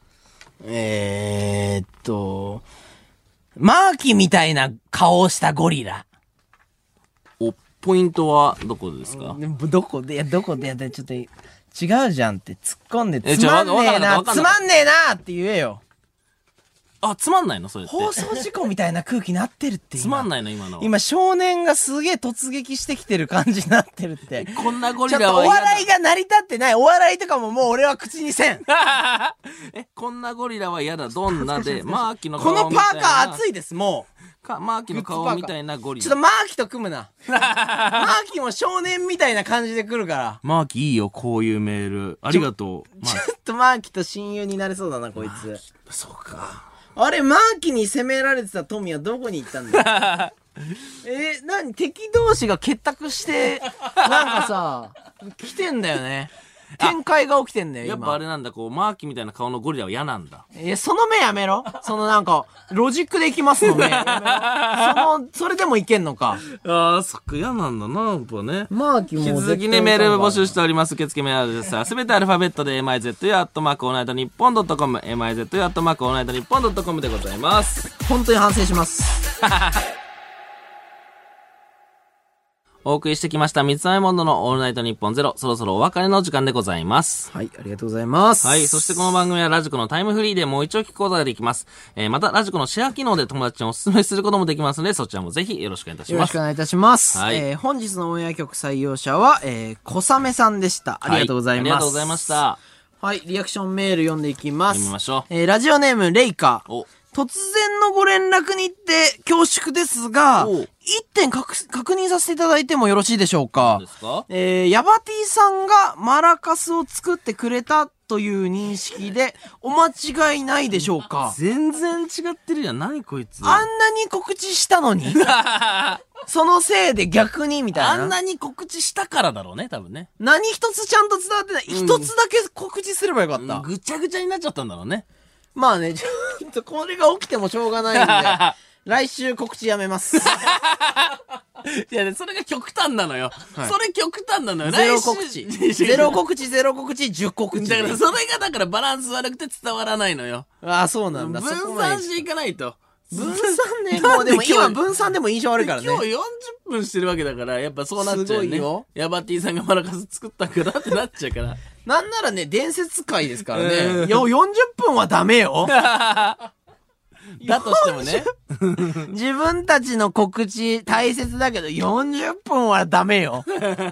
えーっと、マーキーみたいな顔をしたゴリラ。 お、ポイントはどこですか？ どこで、いや、どこでやったらちょっと、違うじゃんって突っ込んで、 えつまんねえちょわかんなな、 かったわかんなかったつまんねえなって言えよ。 あ、つまんないのそれって。 放送事故みたいな空気になってるって今つまんないの今の。 今少年がすげえ突撃してきてる感じになってるって。 こんなゴちょっとおリラは嫌だ。 笑いが成り立ってない。お笑いとかももう俺は口にせん。 え、こんなゴリラは嫌だ。どんなで、マーキのこの顔みたいな。 パーカー熱いです、もか、マーキの顔みたいなゴう。 リラ。 ちょっとマーキと組むな。マーキも少年みたいな感じで来るから。 マーキいいよ、こういうメール。ありがとう。マちょーキ。 っとマーキと親友になれそうだな、こいつ。 そうか。 あれ、マーキに攻められてたトミはどこに行ったんだよ。えー、何敵同士が結託して、なんかさ、来てんだよね。 展開が起きてんだよ、 やっ今。 ぱあれなんだ、こう、マーキーみたいな顔のゴリラは嫌なんだ。 いや、その目やめろ。そのなんか、ロジックでいきますの目。やめろ。その、それでもいけんのか。 ああ、そっか、嫌なんだな、やっぱね。 マーキーも引き続きね、メール募集しております。受付メールですが、すべてアルファベットで エムアイゼットユー アットマークオールナイトニッポンドットコム、エムアイゼットユー アットマークオールナイトニッポンドットコムでございます。 本当に反省します。 お送りしてきました、三つ編みモンドのオールナイトニッポンゼロ、そろそろお別れの時間でございます。 はい、ありがとうございます。 はい。そしてこの番組はラジコのタイムフリーでもう一度聞くことができます。えー、またラジコのシェア機能で友達にお勧めすることもできますので、そちらもぜひよろしくお願いいたします。 よろしくお願いいたします。 はいえー、本日のオンエア曲採用者は、えー、小雨さんでした。ありがとうございます。 はい、ありがとうございました。 はい、リアクションメール読んでいきます。 読みましょう。 えー、ラジオネーム、レイカ。 お突然のご連絡にって恐縮ですが、 お一点確確認させていただいてもよろしいでしょうか。 何ですか？ えー、ヤバティさんがマラカスを作ってくれたという認識でお間違いないでしょうか。 全然違ってるやん。何こいつ。 あんなに告知したのにそのせいで逆にみたいな。 あんなに告知したからだろうね、多分ね。 何一つちゃんと伝わってない。一、つだけ告知すればよかった。 ぐちゃぐちゃになっちゃったんだろうね。 まあね、ちょっとこれが起きてもしょうがないんで、来週告知やめます。いやね、それが極端なのよ。 はいそれ極端なのよ。 ゼロ告知。ゼロ告知、ゼロ告知、じゅう告知。 だからそれがだからバランス悪くて伝わらないのよ。 ああ、そうなんだ。 分そこまで散していかないと。 分散ね。もうでも今分散でも印象悪いからね。 今日よんじゅっぷんしてるわけだから、やっぱそうなっちゃうよね。 すごいよヤバティさんがマラカス作ったからってなっちゃうから。 なんならね、伝説会ですからうね。 んよ、よんじゅっぷんはダメよ。 だとしてもね。 自分たちの告知大切だけど、よんじゅっぷんはダメよ。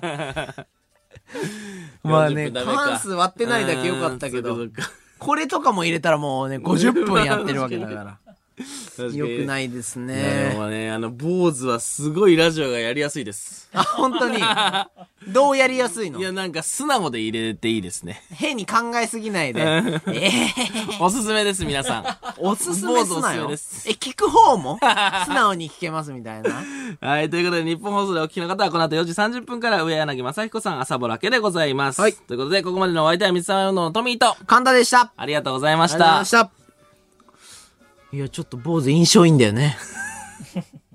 まあね、 よんじゅっぷんダメか関数割ってないだけよかったけどうん、そうかそうかこれとかも入れたらもうね、ごじゅっぷんやってるわけだから。 確かによくないですいやでね。 もね、あの、坊主はすごいラジオがやりやすいです。 あ、本当に。どうやりやすいの？ いや、なんか素直で入れていいですね。 変に考えすぎないで。ええおすすめです、皆さん。 おすすめすな坊主おすすめよ。 ですえ、聞く方も素直に聞けますみたいな。 はい、ということで、日本放送でお聞きの方は、この後よじさんじゅっぷんから上柳正彦さん、朝ぼらけでございます。 はいということで、ここまでのお相手は三つ編みのトミーと、 神田でした。あありがとうございましりがとうございたま。した。いや、ちょっと坊主印象いいんだよね。